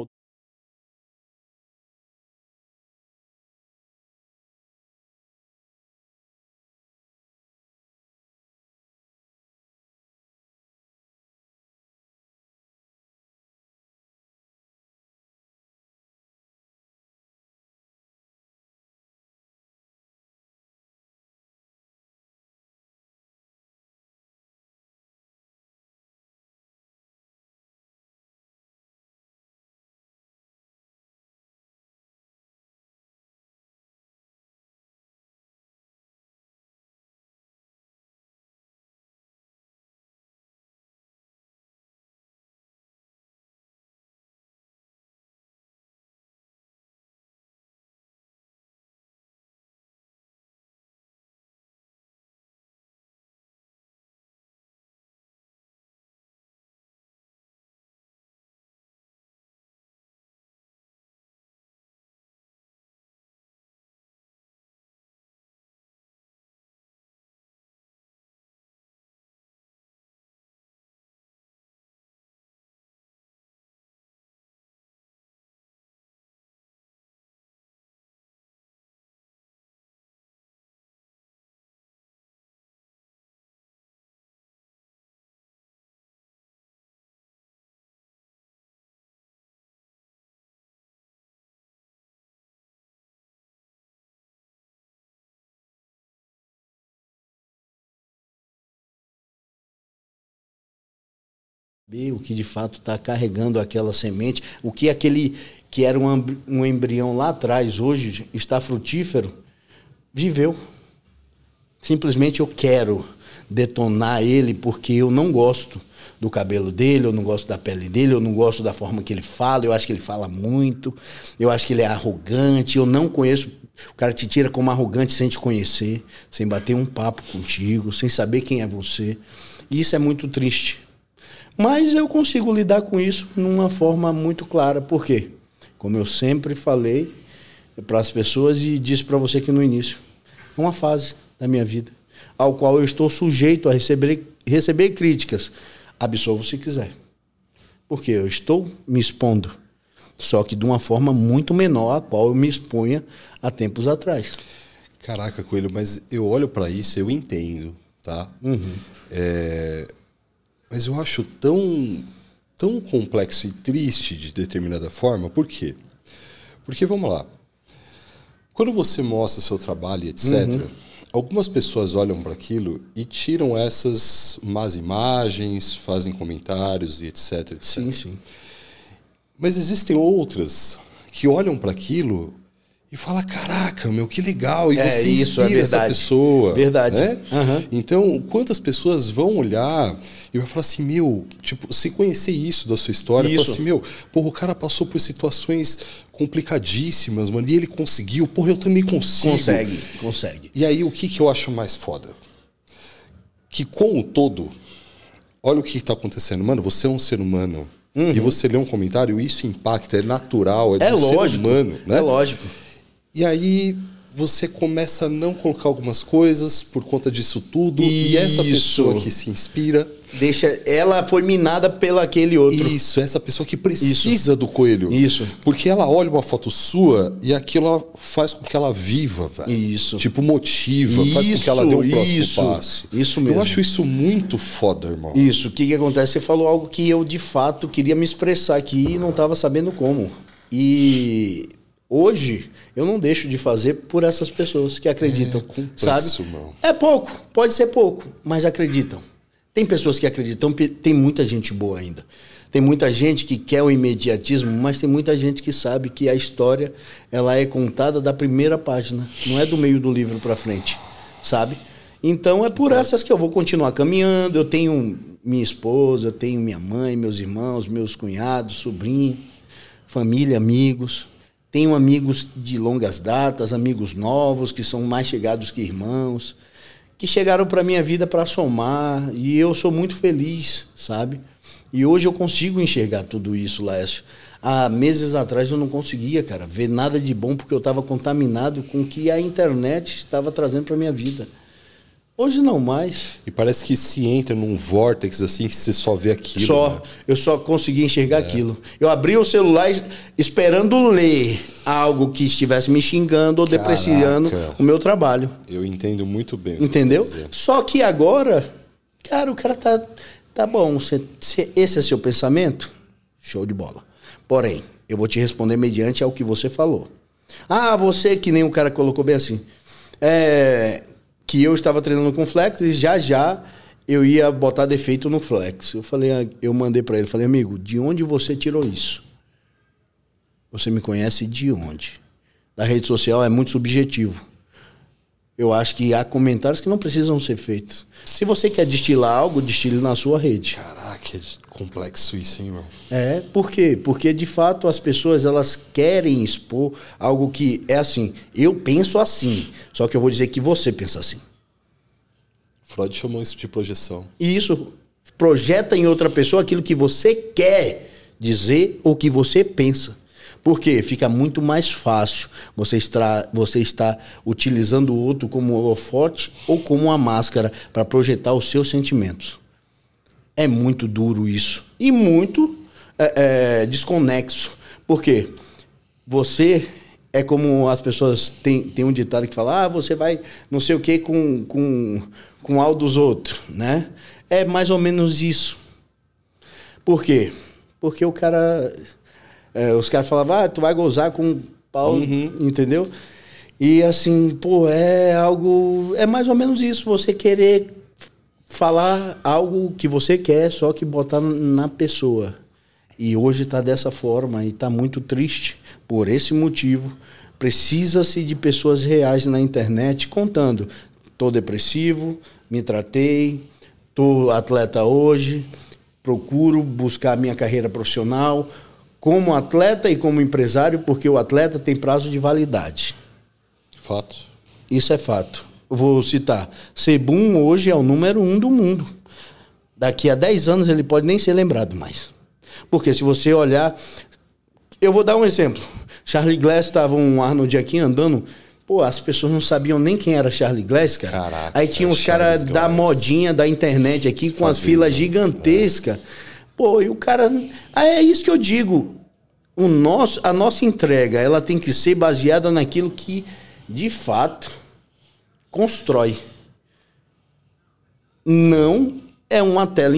O que de fato está carregando aquela semente, o que aquele que era um embrião lá atrás, hoje está frutífero, viveu. Simplesmente eu quero detonar ele porque eu não gosto do cabelo dele, eu não gosto da pele dele, eu não gosto da forma que ele fala, eu acho que ele fala muito, eu acho que ele é arrogante, eu não conheço. O cara te tira como arrogante sem te conhecer, sem bater um papo contigo, sem saber quem é você. E isso é muito triste. Mas eu consigo lidar com isso numa forma muito clara. Por quê? Como eu sempre falei para as pessoas e disse para você aqui no início, é uma fase da minha vida, ao qual eu estou sujeito a receber críticas. Absolvo se quiser. Porque eu estou me expondo, só que de uma forma muito menor a qual eu me expunha há tempos atrás. Caraca, Coelho, mas eu olho para isso, eu entendo, tá? Mas eu acho tão complexo e triste de determinada forma. Por quê? Porque, vamos lá, quando você mostra seu trabalho, etc., algumas pessoas olham para aquilo e tiram essas más imagens, fazem comentários e etc, etc. Sim, sim. Mas existem outras que olham para aquilo e falam, caraca, meu, que legal, e você inspira essa pessoa. Verdade. Né? Então, quantas pessoas vão olhar e vai falar assim, meu, tipo, se conhecer isso da sua história, falar assim, meu, porra, o cara passou por situações complicadíssimas, mano, e ele conseguiu, porra, eu também consigo. Consegue. E aí, o que eu acho mais foda? Que com o todo, olha o que tá acontecendo. Mano, você é um ser humano, e você lê um comentário, isso impacta, é natural, é do lógico, ser humano, né? É lógico. E aí, você começa a não colocar algumas coisas por conta disso tudo. Isso. E essa pessoa que se inspira... Ela foi minada pelo aquele outro. Isso, essa pessoa que precisa do coelho. Isso. Porque ela olha uma foto sua e aquilo faz com que ela viva, velho. Isso. Tipo, motiva, faz com que ela dê o próximo passo. Isso mesmo. Eu acho isso muito foda, irmão. Isso. O que acontece? Você falou algo que eu, de fato, queria me expressar aqui e não estava sabendo como. E hoje eu não deixo de fazer por essas pessoas que acreditam, complexo, sabe? mano. É pouco, pode ser pouco, mas acreditam. Tem pessoas que acreditam, tem muita gente boa ainda. Tem muita gente que quer o imediatismo, mas tem muita gente que sabe que a história ela é contada da primeira página, não é do meio do livro para frente, sabe? Então é por essas que eu vou continuar caminhando. Eu tenho minha esposa, eu tenho minha mãe, meus irmãos, meus cunhados, sobrinho, família, amigos. Tenho amigos de longas datas, amigos novos que são mais chegados que irmãos, que chegaram para minha vida para somar, e eu sou muito feliz, sabe? E hoje eu consigo enxergar tudo isso, Laércio. Há meses atrás eu não conseguia, cara, ver nada de bom porque eu estava contaminado com o que a internet estava trazendo para minha vida. Hoje não mais. E parece que se entra num vórtex assim que você só vê aquilo. Né? Eu só consegui enxergar aquilo. Eu abri o celular esperando ler algo que estivesse me xingando ou depreciando o meu trabalho. Eu entendo muito bem. Entendeu? Só que agora, cara, o cara tá bom. Esse é seu pensamento? Show de bola. Porém, eu vou te responder mediante ao que você falou. Ah, você que nem o cara colocou bem assim. Que eu estava treinando com flex e já eu ia botar defeito no flex. Eu mandei para ele, falei, amigo, de onde você tirou isso? Você me conhece de onde? Da rede social é muito subjetivo. Eu acho que há comentários que não precisam ser feitos. Se você quer destilar algo, destile na sua rede. Caraca, é complexo isso, hein, irmão? Por quê? Porque, de fato, as pessoas, elas querem expor algo que é assim. Eu penso assim, só que eu vou dizer que você pensa assim. Freud chamou isso de projeção. E isso projeta em outra pessoa aquilo que você quer dizer ou que você pensa. Por quê? Fica muito mais fácil você estar utilizando o outro como holofote ou como uma máscara para projetar os seus sentimentos. É muito duro isso. E muito desconexo. Por quê? Você é como as pessoas têm um ditado que fala, você vai não sei o que com algo dos outros, né? É mais ou menos isso. Por quê? Porque o cara... os caras falavam, tu vai gozar com pau, entendeu? E assim, é algo... É mais ou menos isso, você querer falar algo que você quer, só que botar na pessoa. E hoje está dessa forma e está muito triste. Por esse motivo, precisa-se de pessoas reais na internet contando. Estou depressivo, me tratei, estou atleta hoje, procuro buscar minha carreira profissional como atleta e como empresário, porque o atleta tem prazo de validade. Fato. Isso é fato. Vou citar. Sebum hoje é o número 1 do mundo. Daqui a 10 anos ele pode nem ser lembrado mais. Porque se você olhar... Eu vou dar um exemplo. Charlie Glass estava um Arnold aqui andando... as pessoas não sabiam nem quem era Charlie Glass, cara. Caraca, aí tinha os caras da modinha da internet aqui com as filas gigantescas. E o cara... é isso que eu digo. A nossa entrega, ela tem que ser baseada naquilo que, de fato, constrói. Não é uma tela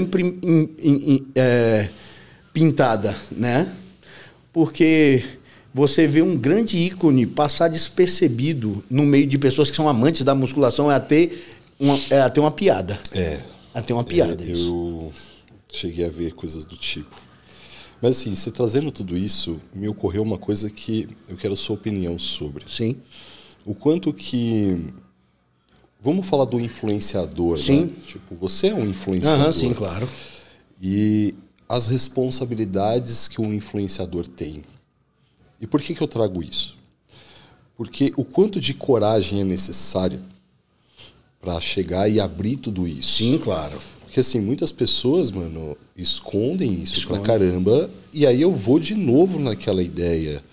pintada, né? Porque você vê um grande ícone passar despercebido no meio de pessoas que são amantes da musculação, é até uma piada. Até uma piada isso. Eu cheguei a ver coisas do tipo. Mas assim, você trazendo tudo isso, me ocorreu uma coisa que eu quero a sua opinião sobre. Sim. O quanto que... Vamos falar do influenciador, sim. Né? Tipo, você é um influenciador. Sim, claro. E as responsabilidades que um influenciador tem. E por que eu trago isso? Porque o quanto de coragem é necessário para chegar e abrir tudo isso. Sim, claro. Porque assim, muitas pessoas, mano, escondem isso pra caramba. E aí eu vou de novo naquela ideia.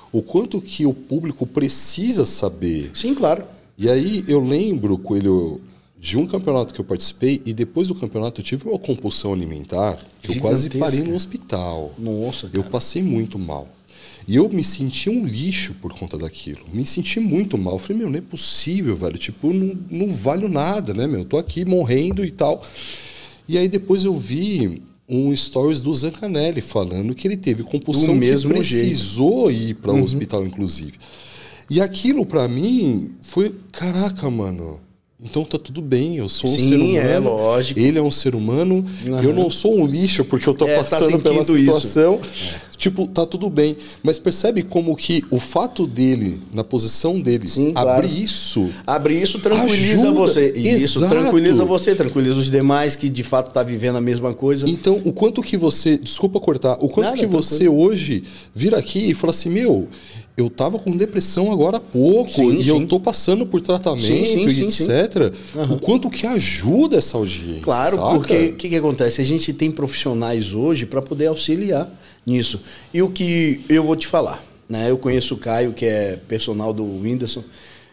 o quanto que o público precisa saber. Sim, claro. E aí eu lembro, Coelho, de um campeonato que eu participei e depois do campeonato eu tive uma compulsão alimentar que eu quase parei no hospital. Nossa, cara. Eu passei muito mal. E eu me senti um lixo por conta daquilo. Me senti muito mal. Eu falei, meu, não é possível, velho. Tipo, não valho nada, né, meu? Eu tô aqui morrendo e tal. E aí depois eu vi um stories do Zancanelli falando que ele teve compulsão, do mesmo que precisou ir para o hospital, inclusive. E aquilo pra mim foi, caraca, mano. Então tá tudo bem, eu sou um ser humano. É lógico. Ele é um ser humano. Eu não sou um lixo porque eu tô passando pela situação. Tipo, tá tudo bem. Mas percebe como que o fato dele, na posição dele, abrir isso... Abrir isso tranquiliza ajuda. Você. Isso tranquiliza você, tranquiliza os demais que de fato tá vivendo a mesma coisa. Então, o quanto que você... Desculpa cortar. O quanto que você hoje vira aqui e fala assim, meu... Eu tava com depressão agora há pouco eu tô passando por tratamento e etc. O quanto que ajuda essa audiência, claro, saca? porque o que acontece? A gente tem profissionais hoje para poder auxiliar nisso. E o que eu vou te falar, né? Eu conheço o Caio, que é personal do Whindersson.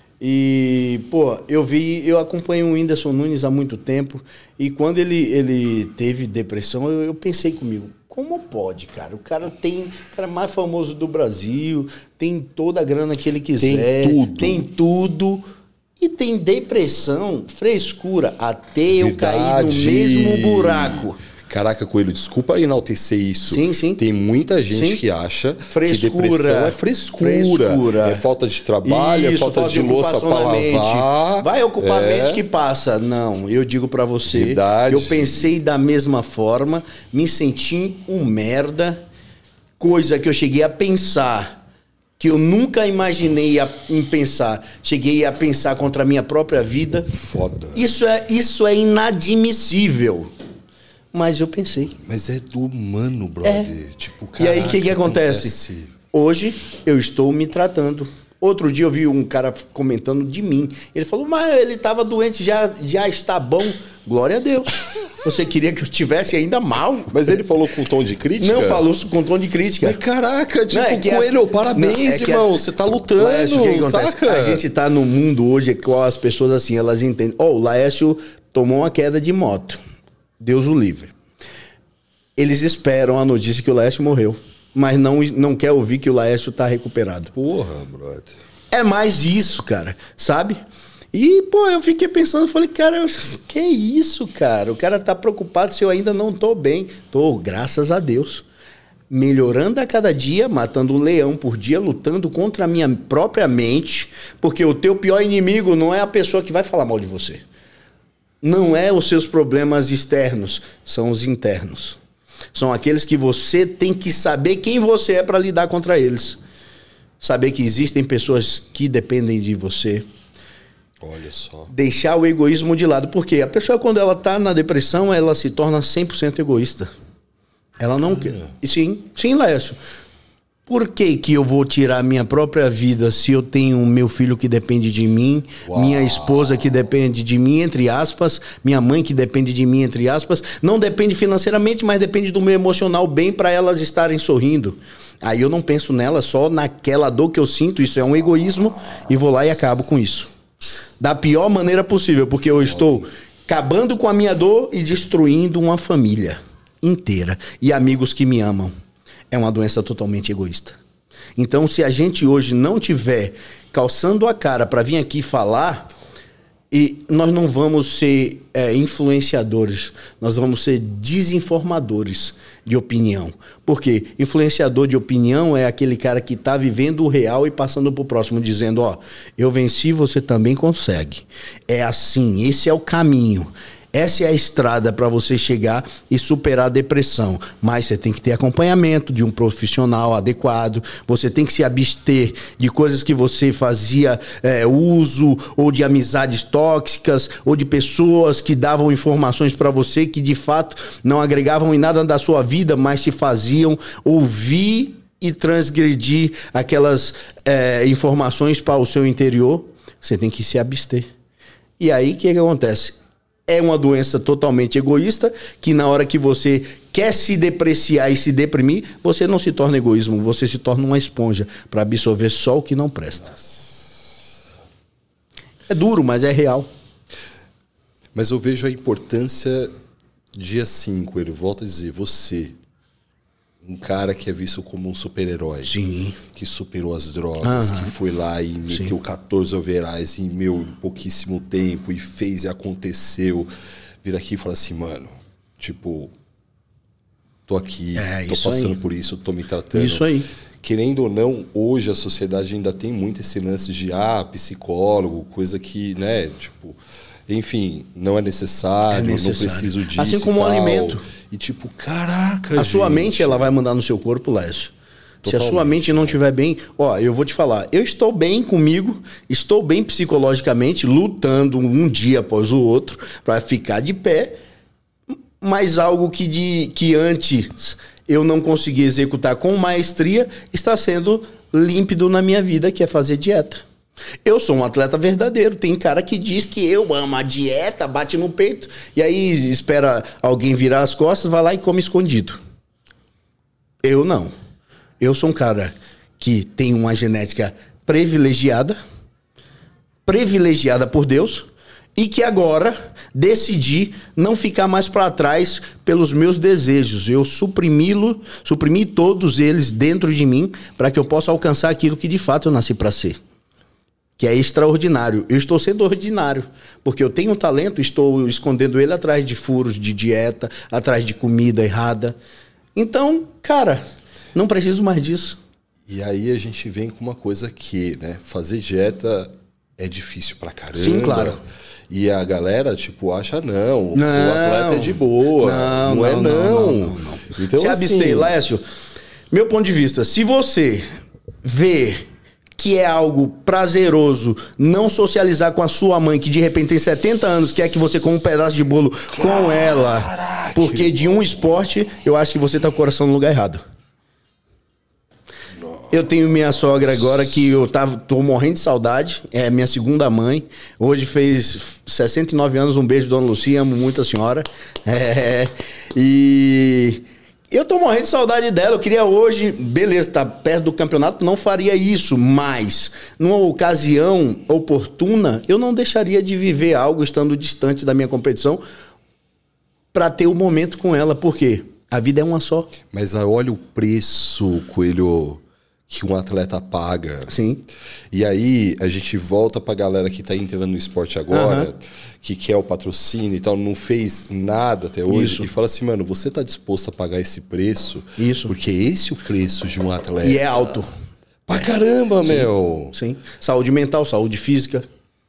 E, pô, eu acompanho o Whindersson Nunes há muito tempo. E quando ele teve depressão, eu pensei comigo, como pode, cara? O cara é mais famoso do Brasil, tem toda a grana que ele quiser, tem tudo. E tem depressão, frescura, até eu cair no mesmo buraco. Caraca, Coelho, desculpa enaltecer isso. Sim. Tem muita gente que acha que depressão é frescura. É falta de trabalho, é falta de louça para lavar. Vai ocupar a mente que passa. Não, eu digo para você, verdade. Eu pensei da mesma forma, me senti um merda, coisa que eu cheguei a pensar, que eu nunca imaginei em pensar. Cheguei a pensar contra a minha própria vida. Foda. Isso é inadmissível. Mas eu pensei. Mas é do humano, brother. Tipo, caraca, e aí, o que acontece? Hoje, eu estou me tratando. Outro dia, eu vi um cara comentando de mim. Ele falou, mas ele estava doente, já está bom. Glória a Deus. Você queria que eu estivesse ainda mal? Mas ele falou com tom de crítica? Não, falou com tom de crítica. Mas caraca, tipo, Coelho, parabéns, irmão. Você tá lutando, saca? A gente tá no mundo hoje com as pessoas assim, elas entendem. O Laércio tomou uma queda de moto. Deus o livre. Eles esperam a notícia que o Laércio morreu, mas não quer ouvir que o Laércio tá recuperado. Porra, brother. É mais isso, cara, sabe? E, pô, eu fiquei pensando, falei, cara, que isso, cara? O cara tá preocupado se eu ainda não tô bem. Tô, graças a Deus. Melhorando a cada dia, matando um leão por dia, lutando contra a minha própria mente, porque o teu pior inimigo não é a pessoa que vai falar mal de você. Não é os seus problemas externos, são os internos. São aqueles que você tem que saber quem você é para lidar contra eles. Saber que existem pessoas que dependem de você. Olha só. Deixar o egoísmo de lado. Porque a pessoa, quando ela está na depressão, ela se torna 100% egoísta. Ela não quer. Sim, Laércio. Por que eu vou tirar minha própria vida se eu tenho meu filho que depende de mim, minha esposa que depende de mim, entre aspas, minha mãe que depende de mim, entre aspas, não depende financeiramente, mas depende do meu emocional bem para elas estarem sorrindo. Aí eu não penso nela só naquela dor que eu sinto, isso é um egoísmo, e vou lá e acabo com isso. Da pior maneira possível, porque eu estou acabando com a minha dor e destruindo uma família inteira e amigos que me amam. É uma doença totalmente egoísta. Então, se a gente hoje não tiver calçando a cara para vir aqui falar, e nós não vamos ser influenciadores, nós vamos ser desinformadores de opinião. Porque influenciador de opinião é aquele cara que está vivendo o real e passando para o próximo, dizendo, ó, eu venci, você também consegue. É assim, esse é o caminho. Essa é a estrada para você chegar e superar a depressão. Mas você tem que ter acompanhamento de um profissional adequado. Você tem que se abster de coisas que você fazia uso, ou de amizades tóxicas, ou de pessoas que davam informações para você que de fato não agregavam em nada da sua vida, mas te faziam ouvir e transgredir aquelas informações para o seu interior. Você tem que se abster. E aí o que acontece? é uma doença totalmente egoísta, que na hora que você quer se depreciar e se deprimir, você não se torna egoísmo, você se torna uma esponja para absorver só o que não presta. É duro, mas é real. Mas eu vejo a importância de, assim, Coelho, volto a dizer, você, um cara que é visto como um super-herói, Sim. que superou as drogas, que foi lá e meteu 14 overalls em pouquíssimo tempo e fez e aconteceu, vira aqui e fala assim, mano, tipo, tô aqui, tô passando por isso, tô me tratando. Isso aí. Querendo ou não, hoje a sociedade ainda tem muito esse lance de psicólogo, coisa que, né, tipo, enfim, não é necessário, não preciso disso. Assim como o alimento. E tipo, caraca, a sua mente, ela vai mandar no seu corpo, Lécio. Se a sua mente não estiver bem, ó, eu vou te falar, eu estou bem comigo, estou bem psicologicamente, lutando um dia após o outro para ficar de pé, mas algo que antes eu não consegui executar com maestria está sendo límpido na minha vida, que é fazer dieta. Eu sou um atleta verdadeiro. Tem cara que diz que eu amo a dieta, bate no peito, e aí espera alguém virar as costas, vai lá e come escondido. Eu não. Eu sou um cara que tem uma genética privilegiada por Deus, e que agora decidi não ficar mais para trás pelos meus desejos. Eu suprimi todos eles dentro de mim para que eu possa alcançar aquilo que de fato eu nasci para ser. Que é extraordinário. Eu estou sendo ordinário, porque eu tenho um talento, estou escondendo ele atrás de furos de dieta, atrás de comida errada. Então, cara, não preciso mais disso. E aí a gente vem com uma coisa que, né, fazer dieta é difícil pra caramba. Sim, claro. E a galera, tipo, acha, não, o atleta é de boa. Não. Então, se abstém, Lécio, meu ponto de vista, se você vê que é algo prazeroso não socializar com a sua mãe, que de repente tem 70 anos, quer que você coma um pedaço de bolo com ela, porque de um esporte, eu acho que você tá com o coração no lugar errado. Eu tenho minha sogra agora que tô morrendo de saudade, é minha segunda mãe, hoje fez 69 anos, um beijo, dona Lucia, amo muito a senhora, e eu tô morrendo de saudade dela, eu queria hoje, beleza, tá perto do campeonato, não faria isso, mas numa ocasião oportuna, eu não deixaria de viver algo estando distante da minha competição para ter o momento com ela, porque a vida é uma só. Mas olha o preço, Coelho, que um atleta paga. Sim. E aí a gente volta pra galera que tá entrando no esporte agora, que quer o patrocínio e tal, não fez nada até hoje, Isso. e fala assim, mano, você tá disposto a pagar esse preço? Isso. Porque esse é o preço de um atleta. E é alto. Pra caramba, meu. Sim. Saúde mental, saúde física.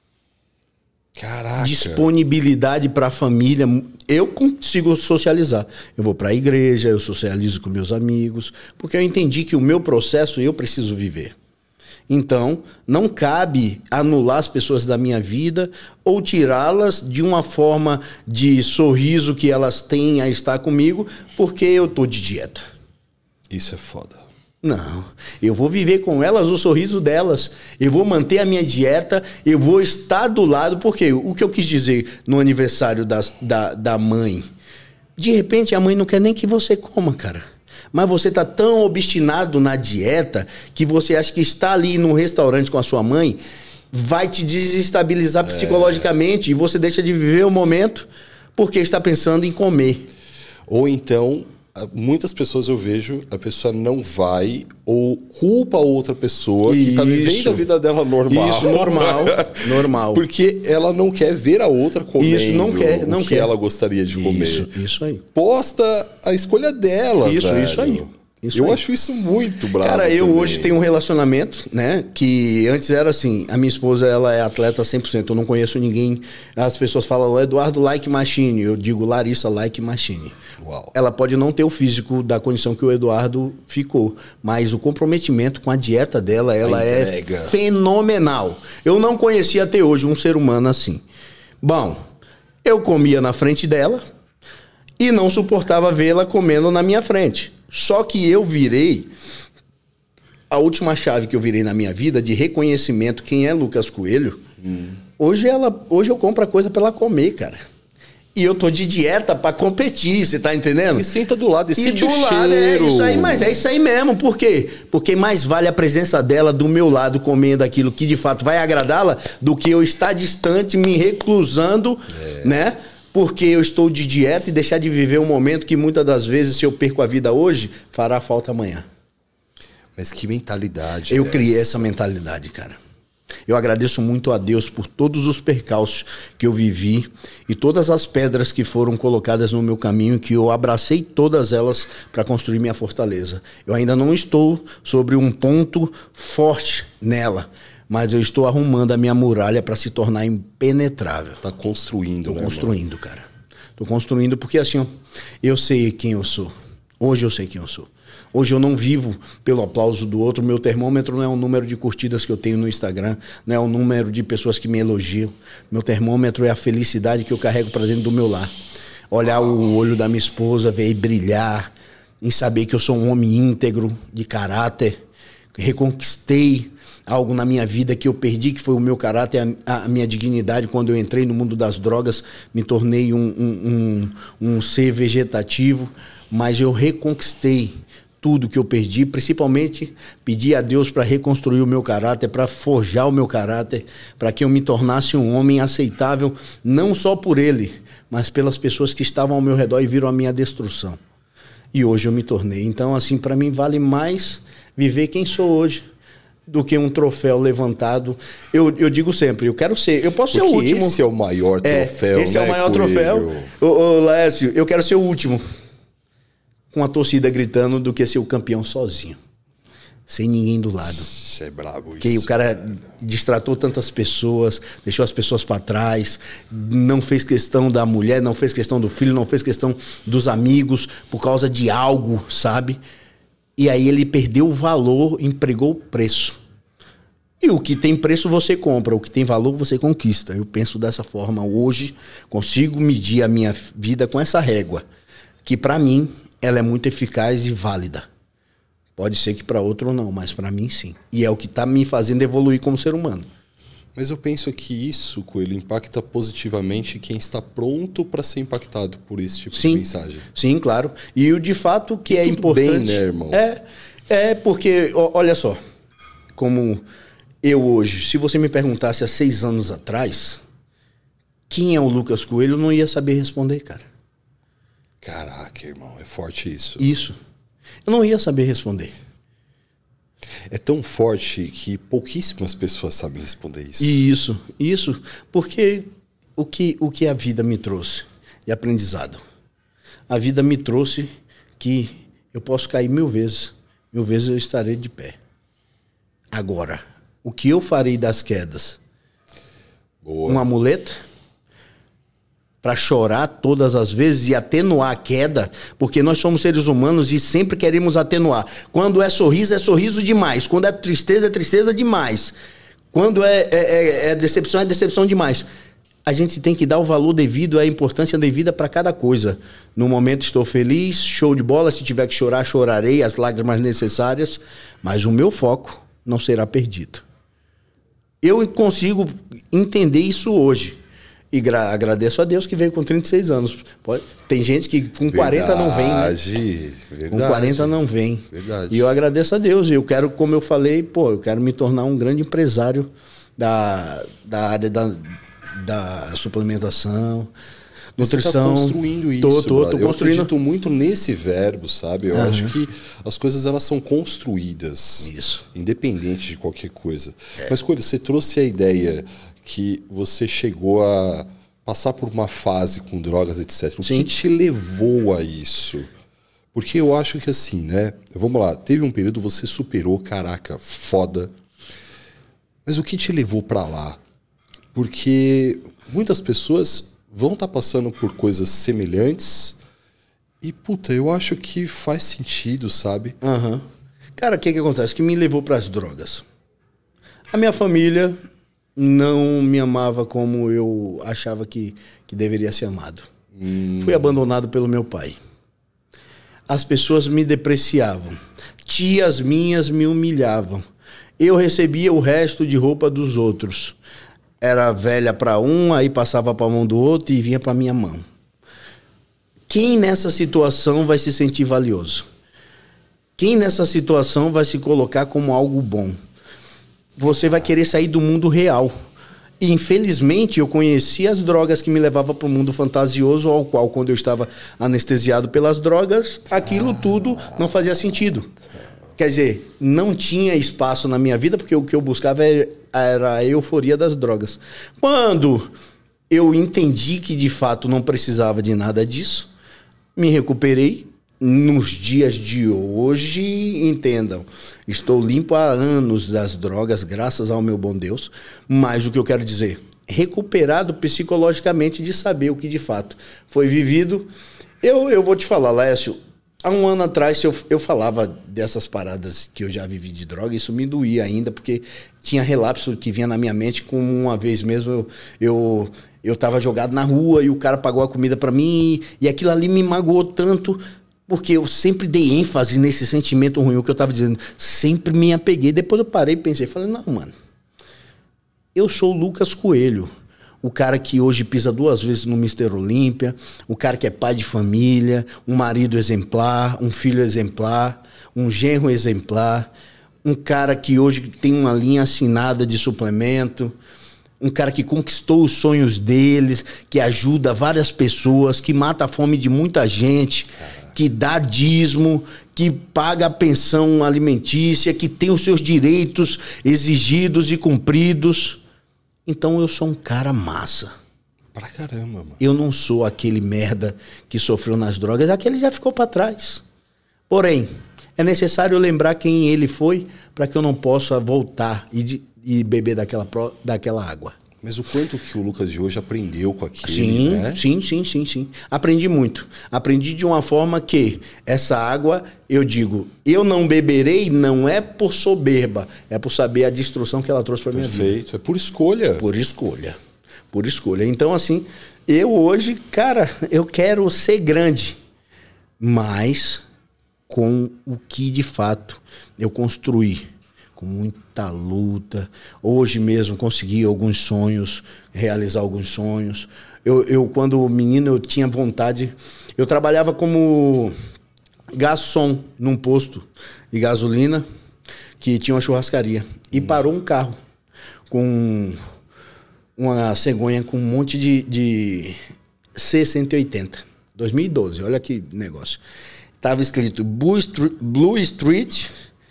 Caraca. Disponibilidade para a família. Eu consigo socializar. Eu vou para a igreja, eu socializo com meus amigos, porque eu entendi que o meu processo eu preciso viver. Então, não cabe anular as pessoas da minha vida ou tirá-las de uma forma de sorriso que elas têm a estar comigo, porque eu tô de dieta. Isso é foda. Não, eu vou viver com elas o sorriso delas, eu vou manter a minha dieta, eu vou estar do lado, porque o que eu quis dizer no aniversário da mãe, de repente a mãe não quer nem que você coma, cara, mas você tá tão obstinado na dieta que você acha que estar ali no restaurante com a sua mãe vai te desestabilizar psicologicamente e você deixa de viver o momento porque está pensando em comer. Ou então, muitas pessoas eu vejo, a pessoa não vai ou culpa a outra pessoa que tá vivendo a vida dela normal. Isso, normal. Porque ela não quer ver a outra comendo não o que ela gostaria de comer. Isso aí. Posta a escolha dela, Isso aí. Eu acho isso muito bravo. Cara, eu também. hoje tenho um relacionamento, né? Que antes era assim, a minha esposa, ela é atleta 100%, eu não conheço ninguém. As pessoas falam, Eduardo Like Machine, eu digo Larissa Like Machine. Uau. Ela pode não ter o físico da condição que o Eduardo ficou, mas o comprometimento com a dieta dela, ela é fenomenal. Eu não conhecia até hoje um ser humano assim. Bom, eu comia na frente dela e não suportava vê-la comendo na minha frente. Só que eu virei, a última chave que eu virei na minha vida de reconhecimento quem é Lucas Coelho, hoje eu compro a coisa pra ela comer, cara. E eu tô de dieta pra competir, você tá entendendo? E senta do lado, e sente o lado, cheiro. é isso aí, mas é isso aí mesmo. Por quê? Porque mais vale a presença dela do meu lado, comendo aquilo que de fato vai agradá-la, do que eu estar distante, me reclusando, né? Porque eu estou de dieta e deixar de viver um momento que muitas das vezes, se eu perco a vida hoje, fará falta amanhã. Mas que mentalidade. Eu criei essa mentalidade, cara. Eu agradeço muito a Deus por todos os percalços que eu vivi e todas as pedras que foram colocadas no meu caminho, que eu abracei todas elas para construir minha fortaleza. Eu ainda não estou sobre um ponto forte nela, mas eu estou arrumando a minha muralha para se tornar impenetrável. Tá construindo, Tô construindo, cara. Tô construindo porque assim, ó, eu sei quem eu sou. Hoje eu sei quem eu sou. Hoje eu não vivo pelo aplauso do outro. Meu termômetro não é o número de curtidas que eu tenho no Instagram, não é o número de pessoas que me elogiam. Meu termômetro é a felicidade que eu carrego para dentro do meu lar. Olhar o olho da minha esposa, ver brilhar, em saber que eu sou um homem íntegro, de caráter. Reconquistei algo na minha vida que eu perdi, que foi o meu caráter, a minha dignidade. Quando eu entrei no mundo das drogas, me tornei um ser vegetativo, mas eu reconquistei tudo que eu perdi, principalmente pedi a Deus para reconstruir o meu caráter, para forjar o meu caráter, para que eu me tornasse um homem aceitável, não só por ele, mas pelas pessoas que estavam ao meu redor e viram a minha destruição. E hoje eu me tornei. Então, assim, para mim vale mais viver quem sou hoje do que um troféu levantado. Eu digo sempre, eu quero ser, eu posso ser o último. Esse é o maior troféu, esse é o maior troféu. Ô, Lécio, eu quero ser o último, com a torcida gritando, do que ser o campeão sozinho, sem ninguém do lado. Isso é brabo, isso. Que o cara distratou tantas pessoas, deixou as pessoas para trás, não fez questão da mulher, não fez questão do filho, não fez questão dos amigos, por causa de algo, sabe? E aí ele perdeu o valor, empregou o preço. E o que tem preço você compra, o que tem valor você conquista. Eu penso dessa forma hoje, consigo medir a minha vida com essa régua, que para mim ela é muito eficaz e válida. Pode ser que para outro não, mas para mim sim. E é o que está me fazendo evoluir como ser humano. Mas eu penso que isso, Coelho, impacta positivamente quem está pronto para ser impactado por esse tipo de mensagem. Sim, claro. E o de fato que é tudo importante... bem, né, irmão? É porque, olha só, como eu hoje, se você me perguntasse há 6 anos atrás, quem é o Lucas Coelho, eu não ia saber responder, cara. Caraca, irmão, é forte isso. Isso. Eu não ia saber responder. É tão forte que pouquíssimas pessoas sabem responder isso. Isso. Porque o que a vida me trouxe de aprendizado? A vida me trouxe que eu posso cair 1000 vezes. 1000 vezes eu estarei de pé. Agora, o que eu farei das quedas? Boa. Uma muleta? Para chorar todas as vezes e atenuar a queda, porque nós somos seres humanos e sempre queremos atenuar. Quando é sorriso demais. Quando é tristeza demais. Quando é decepção demais. A gente tem que dar o valor devido, a importância devida para cada coisa. No momento estou feliz, show de bola. Se tiver que chorar, chorarei, as lágrimas necessárias. Mas o meu foco não será perdido. Eu consigo entender isso hoje. E agradeço a Deus que veio com 36 anos. Tem gente que com 40 não vem, né? Verdade. Com 40 não vem. Verdade. E eu agradeço a Deus. E eu quero, como eu falei, eu quero me tornar um grande empresário da área da suplementação, nutrição. Você tá construindo isso. Tô construindo. Eu acredito muito nesse verbo, sabe? Eu acho que as coisas elas são construídas. Isso. Independente de qualquer coisa. Mas, Coelho, você trouxe a ideia que você chegou a passar por uma fase com drogas, etc. O que te levou a isso? Porque eu acho que assim, né? Vamos lá, teve um período você superou, caraca, foda. Mas o que te levou pra lá? Porque muitas pessoas vão estar passando por coisas semelhantes e, puta, eu acho que faz sentido, sabe? Cara, o que acontece? O que me levou pras drogas? A minha família não me amava como eu achava que deveria ser amado. Fui abandonado pelo meu pai. As pessoas me depreciavam. Tias minhas me humilhavam. Eu recebia o resto de roupa dos outros. Era velha para um, aí passava para a mão do outro e vinha para minha mão. Quem nessa situação vai se sentir valioso? Quem nessa situação vai se colocar como algo bom? Você vai querer sair do mundo real. E, infelizmente, eu conheci as drogas que me levavam para o mundo fantasioso, ao qual, quando eu estava anestesiado pelas drogas, aquilo tudo não fazia sentido. Quer dizer, não tinha espaço na minha vida, porque o que eu buscava era a euforia das drogas. Quando eu entendi que, de fato, não precisava de nada disso, me recuperei. Nos dias de hoje, entendam, estou limpo há anos das drogas, graças ao meu bom Deus, mas o que eu quero dizer, recuperado psicologicamente de saber o que de fato foi vivido. Eu vou te falar, Lécio, há um ano atrás eu falava dessas paradas que eu já vivi de droga, isso me doía ainda, porque tinha relapso que vinha na minha mente, como uma vez mesmo eu estava jogado na rua e o cara pagou a comida para mim e aquilo ali me magoou tanto. Porque eu sempre dei ênfase nesse sentimento ruim, o que eu estava dizendo. Sempre me apeguei. Depois eu parei e pensei. Falei, não, mano. Eu sou o Lucas Coelho. O cara que hoje pisa 2 vezes no Mister Olímpia. O cara que é pai de família. Um marido exemplar. Um filho exemplar. Um genro exemplar. Um cara que hoje tem uma linha assinada de suplemento. Um cara que conquistou os sonhos deles. Que ajuda várias pessoas. Que mata a fome de muita gente. Que dá dízimo, que paga a pensão alimentícia, que tem os seus direitos exigidos e cumpridos. Então eu sou um cara massa. Pra caramba, mano. Eu não sou aquele merda que sofreu nas drogas, aquele já ficou pra trás. Porém, é necessário lembrar quem ele foi para que eu não possa voltar e beber daquela água. Mas o quanto que o Lucas de hoje aprendeu com aquilo, sim, né? Sim. Aprendi muito. Aprendi de uma forma que essa água, eu digo, eu não beberei não é por soberba, é por saber a destruição que ela trouxe para minha vida. Perfeito, é por escolha. Por escolha. Então, assim, eu hoje, cara, eu quero ser grande, mas com o que de fato eu construí. Com muita luta. Hoje mesmo consegui alguns sonhos, realizar alguns sonhos. Eu quando menino, eu tinha vontade... Eu trabalhava como garçom num posto de gasolina que tinha uma churrascaria. E parou um carro com uma cegonha com um monte de C-180. 2012, olha que negócio. Tava escrito Blue Street...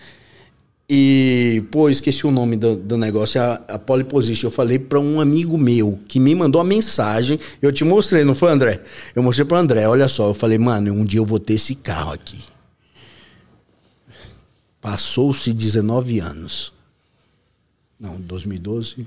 E, pô, esqueci o nome do negócio, a Pole Position. Eu falei para um amigo meu que me mandou a mensagem. Eu te mostrei, não foi, André? Eu mostrei pro André, olha só. Eu falei, mano, um dia eu vou ter esse carro aqui. Passou-se 19 anos. Não, 2012.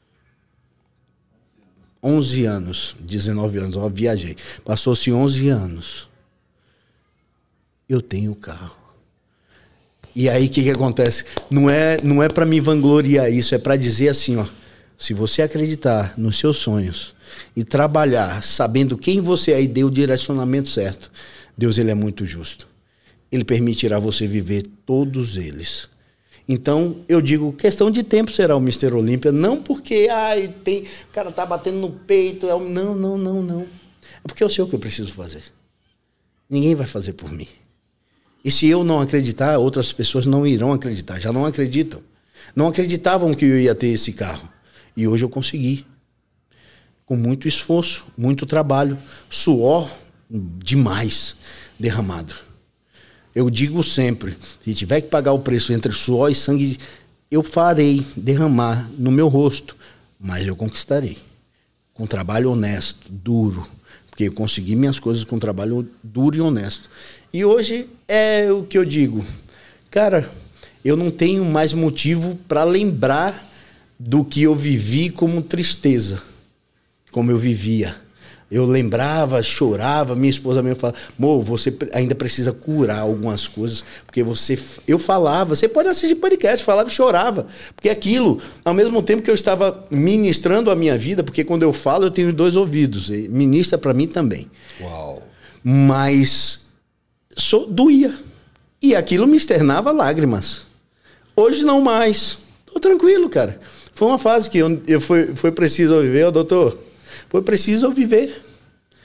11 anos. 19 anos, ó, viajei. Passou-se 11 anos. Eu tenho o carro. E aí, o que acontece? Não é para me vangloriar isso, é para dizer assim, ó. Se você acreditar nos seus sonhos e trabalhar sabendo quem você é e dê o direcionamento certo, Deus, ele é muito justo. Ele permitirá você viver todos eles. Então, eu digo, questão de tempo será o Mister Olímpia, não porque o cara tá batendo no peito. Não. É porque eu sei o que eu preciso fazer. Ninguém vai fazer por mim. E se eu não acreditar, outras pessoas não irão acreditar, já não acreditam. Não acreditavam que eu ia ter esse carro. E hoje eu consegui. Com muito esforço, muito trabalho, suor demais derramado. Eu digo sempre, se tiver que pagar o preço entre suor e sangue, eu farei derramar no meu rosto, mas eu conquistarei. Com trabalho honesto, duro. Porque eu consegui minhas coisas com trabalho duro e honesto. E hoje é o que eu digo. Cara, eu não tenho mais motivo para lembrar do que eu vivi como tristeza. Como eu vivia. Eu lembrava, chorava, minha esposa mesmo falava, amor, você ainda precisa curar algumas coisas, porque eu falava, você pode assistir podcast, falava e chorava, porque aquilo, ao mesmo tempo que eu estava ministrando a minha vida, porque quando eu falo eu tenho 2 ouvidos, e ministra para mim também. Uau. Mas doía, e aquilo me externava lágrimas. Hoje não mais, tô tranquilo, cara. Foi uma fase que foi preciso viver, doutor. Foi preciso eu viver.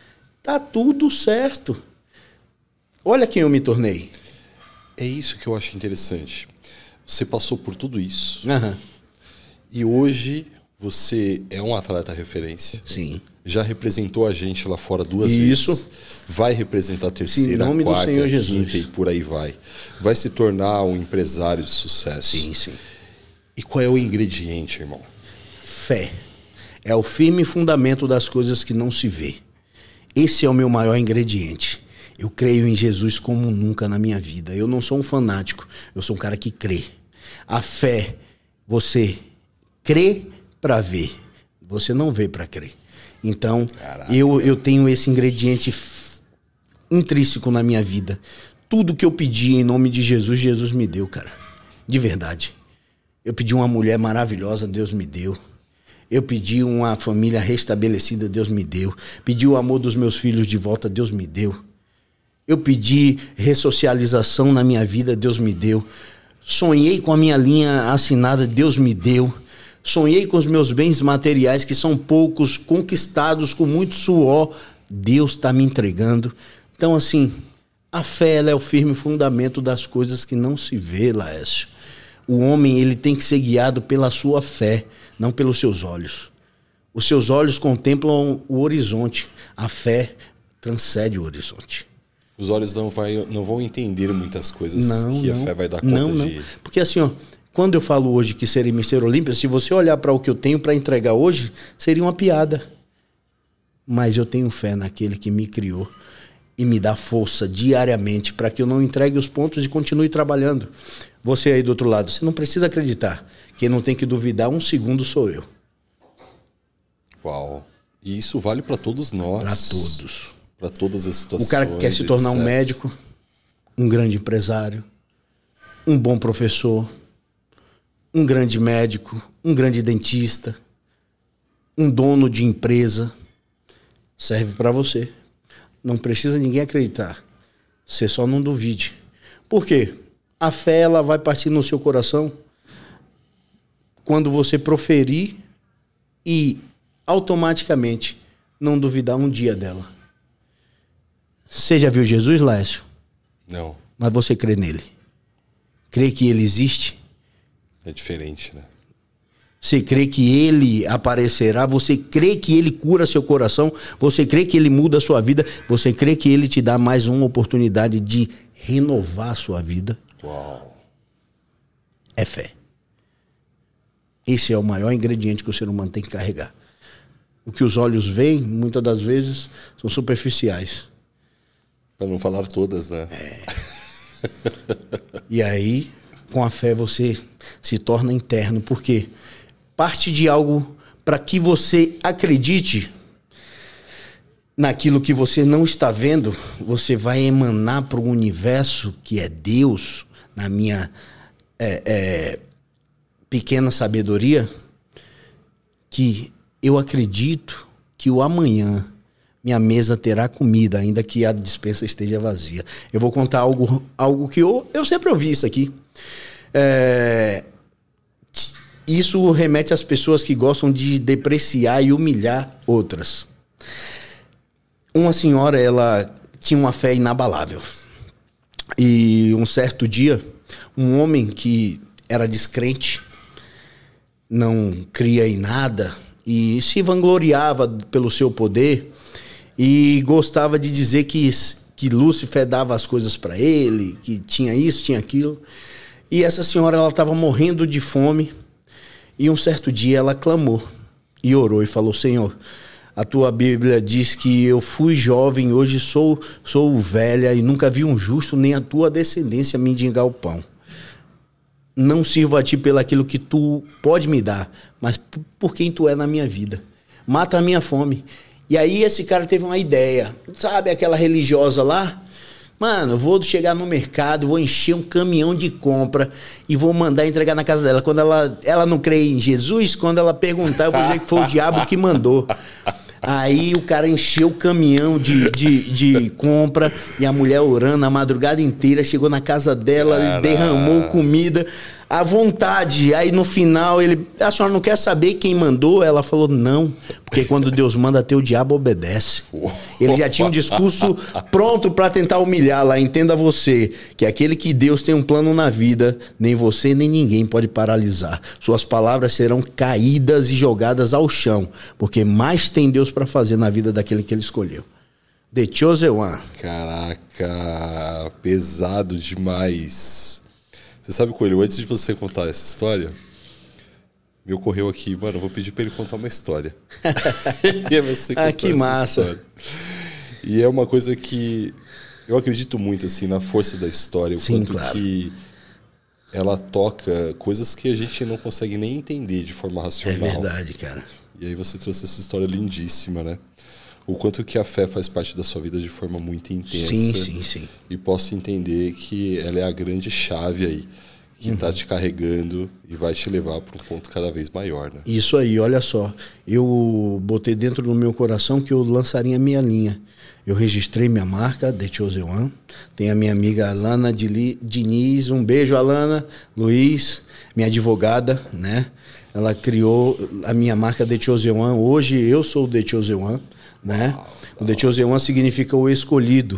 tá tudo certo. Olha quem eu me tornei. É isso que eu acho interessante. Você passou por tudo isso. Aham. E hoje você é um atleta referência. Sim. Já representou a gente lá fora 2 Isso. vezes. Vai representar a terceira, Em nome do quarta, Senhor a Jesus. quinta e por aí vai. Vai se tornar um empresário de sucesso. Sim, sim. E qual é o ingrediente, irmão? Fé. É o firme fundamento das coisas que não se vê. Esse é o meu maior ingrediente. Eu creio em Jesus como nunca na minha vida. Eu não sou um fanático, eu sou um cara que crê. A fé, você crê para ver. Você não vê para crer. Então, eu tenho esse ingrediente intrínseco na minha vida. Tudo que eu pedi em nome de Jesus, Jesus me deu, cara. De verdade. Eu pedi uma mulher maravilhosa, Deus me deu. Eu pedi uma família restabelecida, Deus me deu. Pedi o amor dos meus filhos de volta, Deus me deu. Eu pedi ressocialização na minha vida, Deus me deu. Sonhei com a minha linha assinada, Deus me deu. Sonhei com os meus bens materiais, que são poucos, conquistados com muito suor. Deus está me entregando. Então, assim, a fé ela é o firme fundamento das coisas que não se vê, Laércio. O homem ele tem que ser guiado pela sua fé, não pelos seus olhos. Os seus olhos contemplam o horizonte. A fé transcende o horizonte. Os olhos não vão entender muitas coisas a fé vai dar conta não. de... Porque assim, ó, quando eu falo hoje que serei Mister Olímpia, se você olhar para o que eu tenho para entregar hoje, seria uma piada. Mas eu tenho fé naquele que me criou e me dá força diariamente para que eu não entregue os pontos e continue trabalhando. Você aí do outro lado, você não precisa acreditar. Quem não tem que duvidar um segundo sou eu. Uau. E isso vale para todos nós. Para todos. Para todas as situações. O cara que quer se tornar um médico, um grande empresário, um bom professor, um grande médico, um grande dentista, um dono de empresa, serve para você. Não precisa ninguém acreditar. Você só não duvide. Por quê? A fé ela vai partir no seu coração quando você proferir e automaticamente não duvidar um dia dela. Você já viu Jesus, Laércio? Não. Mas você crê nele? Crê que ele existe? É diferente, né? Você crê que ele aparecerá? Você crê que ele cura seu coração? Você crê que ele muda a sua vida? Você crê que ele te dá mais uma oportunidade de renovar a sua vida? Uau. É fé. Esse é o maior ingrediente que o ser humano tem que carregar. O que os olhos veem, muitas das vezes, são superficiais. Para não falar todas, né? E aí, com a fé, você se torna interno. Por quê? Parte de algo para que você acredite naquilo que você não está vendo, você vai emanar para o universo que é Deus, na minha pequena sabedoria, que eu acredito que o amanhã minha mesa terá comida, ainda que a despensa esteja vazia. Eu vou contar algo que eu sempre ouvi isso aqui. Isso remete às pessoas que gostam de depreciar e humilhar outras. Uma senhora, ela tinha uma fé inabalável. E um certo dia, um homem que era descrente, não cria em nada e se vangloriava pelo seu poder e gostava de dizer que Lúcifer dava as coisas para ele, que tinha isso, tinha aquilo. E essa senhora, ela estava morrendo de fome e um certo dia ela clamou e orou e falou: Senhor, a tua Bíblia diz que eu fui jovem, hoje sou velha e nunca vi um justo nem a tua descendência mendigar o pão. Não sirvo a ti pelo aquilo que tu pode me dar, mas por quem tu é na minha vida. Mata a minha fome. E aí esse cara teve uma ideia. Sabe aquela religiosa lá? Mano, eu vou chegar no mercado, vou encher um caminhão de compra e vou mandar entregar na casa dela. Quando ela não crê em Jesus, quando ela perguntar, eu vou dizer que foi o diabo que mandou. Aí o cara encheu o caminhão de compra e a mulher orando a madrugada inteira, chegou na casa dela, derramou comida. à vontade. Aí no final a senhora não quer saber quem mandou? Ela falou, não, porque quando Deus manda até o diabo obedece. Ele já tinha um discurso pronto para tentar humilhá-la. Entenda você, que aquele que Deus tem um plano na vida, nem você nem ninguém pode paralisar. Suas palavras serão caídas e jogadas ao chão, porque mais tem Deus para fazer na vida daquele que ele escolheu. The Chosen One. Caraca, pesado demais. Você sabe, Coelho, antes de você contar essa história, me ocorreu aqui, mano, eu vou pedir pra ele contar uma história. E você contar que massa. História. E é uma coisa que eu acredito muito, assim, na força da história, o quanto claro. que ela toca coisas que a gente não consegue nem entender de forma racional. É verdade, cara. E aí você trouxe essa história lindíssima, né? O quanto que a fé faz parte da sua vida de forma muito intensa. Sim. E posso entender que ela é a grande chave aí, que está te carregando e vai te levar para um ponto cada vez maior, né? Isso aí, olha só. Eu botei dentro do meu coração que eu lançaria a minha linha. Eu registrei minha marca, The Chosen One. Tem a minha amiga Alana Diniz. Um beijo, Alana. Luiz, minha advogada, né? Ela criou a minha marca The Chosen One. Hoje eu sou o The Chosen One. Né? O The Chosen One significa o escolhido.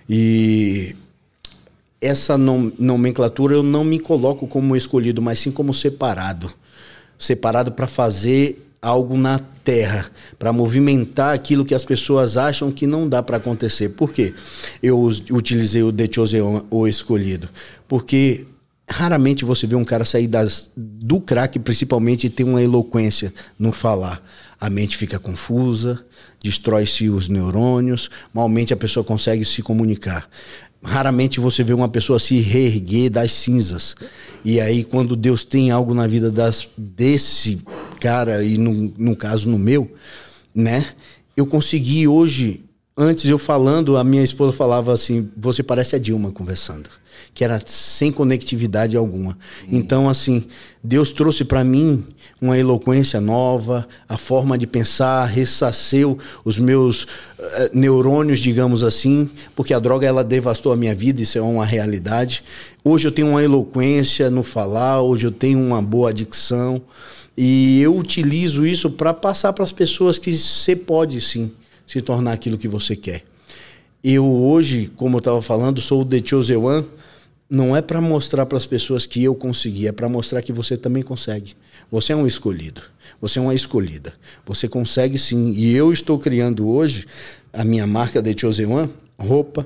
E essa nomenclatura eu não me coloco como escolhido, mas sim como separado. Separado para fazer algo na terra, para movimentar aquilo que as pessoas acham que não dá para acontecer. Por quê? Eu utilizei o The Chosen One, o escolhido. Porque raramente você vê um cara sair do crack, principalmente, e ter uma eloquência no falar. A mente fica confusa, destrói-se os neurônios, malmente a pessoa consegue se comunicar. Raramente você vê uma pessoa se reerguer das cinzas. E aí, quando Deus tem algo na vida desse cara, e no caso no meu, né? Eu consegui hoje, antes eu falando, a minha esposa falava assim, você parece a Dilma conversando. Que era sem conectividade alguma. Então, assim, Deus trouxe para mim uma eloquência nova, a forma de pensar, ressarceu os meus neurônios, digamos assim, porque a droga, ela devastou a minha vida, isso é uma realidade. Hoje eu tenho uma eloquência no falar, hoje eu tenho uma boa dicção, e eu utilizo isso para passar para as pessoas que você pode, sim, se tornar aquilo que você quer. Eu hoje, como eu estava falando, sou o The Chosen One. Não é para mostrar para as pessoas que eu consegui, é para mostrar que você também consegue. Você é um escolhido, você é uma escolhida. Você consegue sim. E eu estou criando hoje a minha marca The Chosen One, roupa,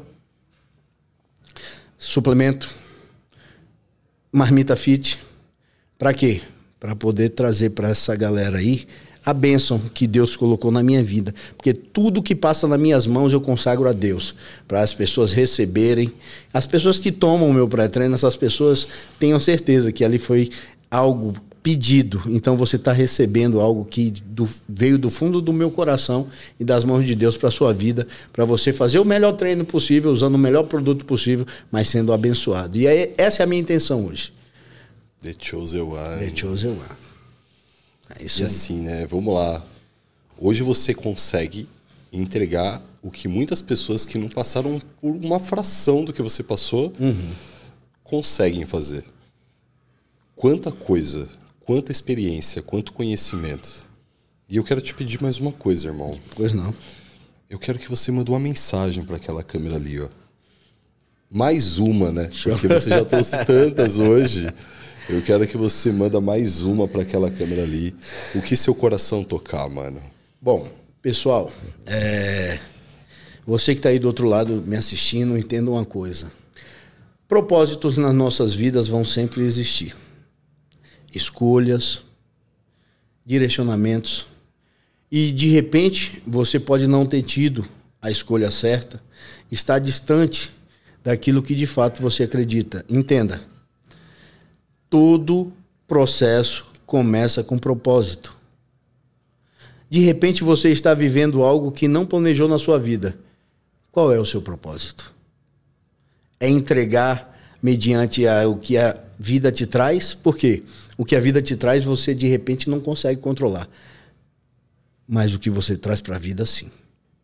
suplemento, marmita fit. Para quê? Para poder trazer para essa galera aí a bênção que Deus colocou na minha vida. Porque tudo que passa nas minhas mãos eu consagro a Deus. Para as pessoas receberem. As pessoas que tomam o meu pré-treino, essas pessoas tenham certeza que ali foi algo pedido. Então você está recebendo algo que veio do fundo do meu coração e das mãos de Deus para a sua vida. Para você fazer o melhor treino possível, usando o melhor produto possível, mas sendo abençoado. E aí, essa é a minha intenção hoje. The Chosen One. The Chosen One. É isso e aí. assim, né? Vamos lá. Hoje você consegue entregar o que muitas pessoas que não passaram por uma fração do que você passou conseguem fazer. Quanta coisa, quanta experiência, quanto conhecimento. E eu quero te pedir mais uma coisa, irmão. Pois não. Eu quero que você mande uma mensagem para aquela câmera ali, ó. Mais uma, né? Porque você já trouxe tantas hoje. Eu quero que você manda mais uma para aquela câmera ali. O que seu coração tocar, mano? Bom, pessoal, você que está aí do outro lado me assistindo, entenda uma coisa. Propósitos nas nossas vidas vão sempre existir. Escolhas, direcionamentos. E, de repente, você pode não ter tido a escolha certa, está distante daquilo que, de fato, você acredita. Entenda. Todo processo começa com propósito. De repente você está vivendo algo que não planejou na sua vida. Qual é o seu propósito? É entregar mediante o que a vida te traz? Por quê? O que a vida te traz você de repente não consegue controlar. Mas o que você traz para a vida, sim.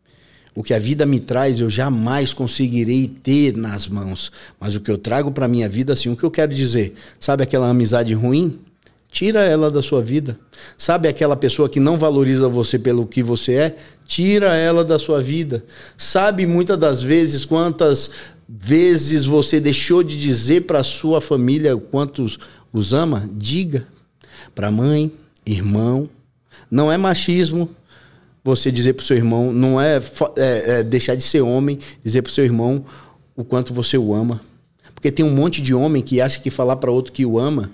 O que a vida me traz, eu jamais conseguirei ter nas mãos. Mas o que eu trago para a minha vida, assim, o que eu quero dizer? Sabe aquela amizade ruim? Tira ela da sua vida. Sabe aquela pessoa que não valoriza você pelo que você é? Tira ela da sua vida. Sabe muitas das vezes quantas vezes você deixou de dizer para a sua família o quanto os ama? Diga. Para mãe, irmão. Não é machismo você dizer para o seu irmão, não é deixar de ser homem, dizer para o seu irmão o quanto você o ama. Porque tem um monte de homem que acha que falar para outro que o ama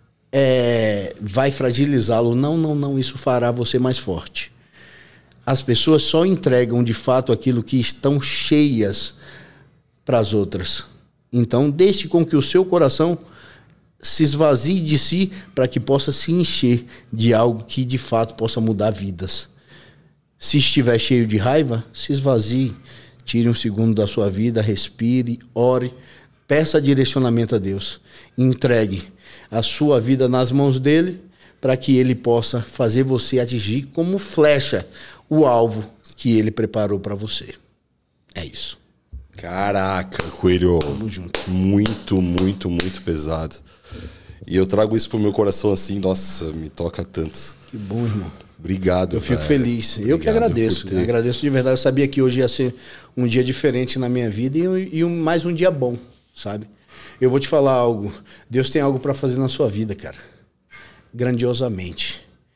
vai fragilizá-lo. Não, não, não, isso fará você mais forte. As pessoas só entregam de fato aquilo que estão cheias para as outras. Então, deixe com que o seu coração se esvazie de si para que possa se encher de algo que de fato possa mudar vidas. Se estiver cheio de raiva, se esvazie, tire um segundo da sua vida, respire, ore, peça direcionamento a Deus, entregue a sua vida nas mãos dele para que ele possa fazer você atingir como flecha o alvo que ele preparou para você. É isso. Caraca, Coelho. Tamo junto. Muito, muito, muito pesado. E eu trago isso pro meu coração assim, nossa, me toca tanto. Que bom, irmão. Obrigado. Eu fico feliz. Eu que agradeço. Agradeço de verdade. Eu sabia que hoje ia ser um dia diferente na minha vida e mais um dia bom, sabe? Eu vou te falar algo. Deus tem algo para fazer na sua vida, cara. Grandiosamente.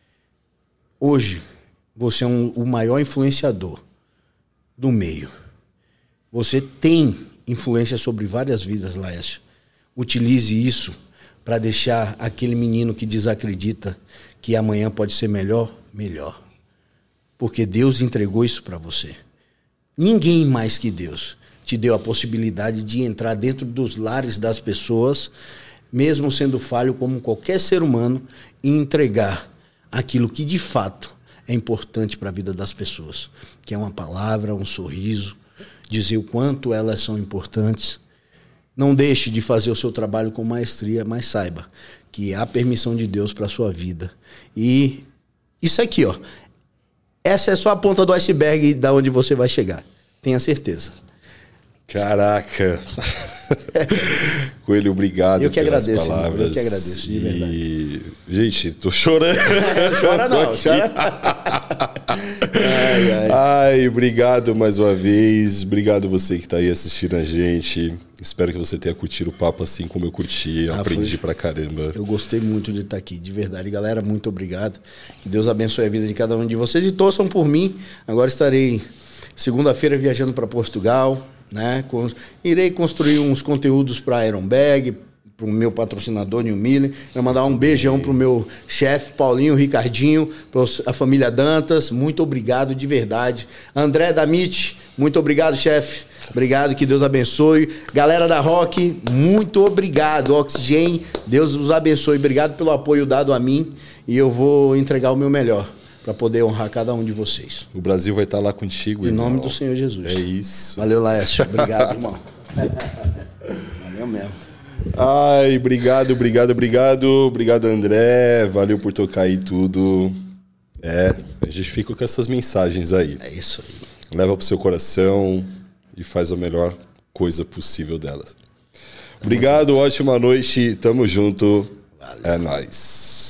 Hoje, você é o maior influenciador do meio. Você tem influência sobre várias vidas, Laércio. Utilize isso para deixar aquele menino que desacredita que amanhã pode ser melhor. Porque Deus entregou isso para você. Ninguém mais que Deus te deu a possibilidade de entrar dentro dos lares das pessoas, mesmo sendo falho como qualquer ser humano, e entregar aquilo que de fato é importante para a vida das pessoas, que é uma palavra, um sorriso, dizer o quanto elas são importantes. Não deixe de fazer o seu trabalho com maestria, mas saiba que há permissão de Deus para a sua vida. E isso aqui, ó, essa é só a ponta do iceberg da onde você vai chegar. Tenha certeza. Caraca. Coelho, obrigado. Eu que agradeço, palavras. Irmão. Eu que agradeço, de verdade. Gente, tô chorando. Chora não, chora. Ai, obrigado mais uma vez. Obrigado você que tá aí assistindo a gente. Espero que você tenha curtido o papo assim como eu curti. Aprendi pra caramba. Eu gostei muito de estar aqui, de verdade. Galera, muito obrigado. Que Deus abençoe a vida de cada um de vocês e torçam por mim. Agora estarei segunda-feira viajando para Portugal, né? Irei construir uns conteúdos para Ironbag, para o meu patrocinador New Millen. Vou mandar um beijão para o meu chefe Paulinho Ricardinho, para a família Dantas. Muito obrigado de verdade. André Damit, muito obrigado, chefe. Obrigado, que Deus abençoe. Galera da Rock, muito obrigado. Oxygen, Deus os abençoe. Obrigado pelo apoio dado a mim. E eu vou entregar o meu melhor para poder honrar cada um de vocês. O Brasil vai estar lá contigo, Em nome do Senhor Jesus. É isso. Valeu, Laércio. Obrigado, irmão. Valeu mesmo. Ai, obrigado. Obrigado, André. Valeu por tocar aí tudo. A gente fica com essas mensagens aí. É isso aí. Leva pro seu coração e faz a melhor coisa possível delas. Obrigado, ótima noite. Tamo junto. Valeu. É nóis.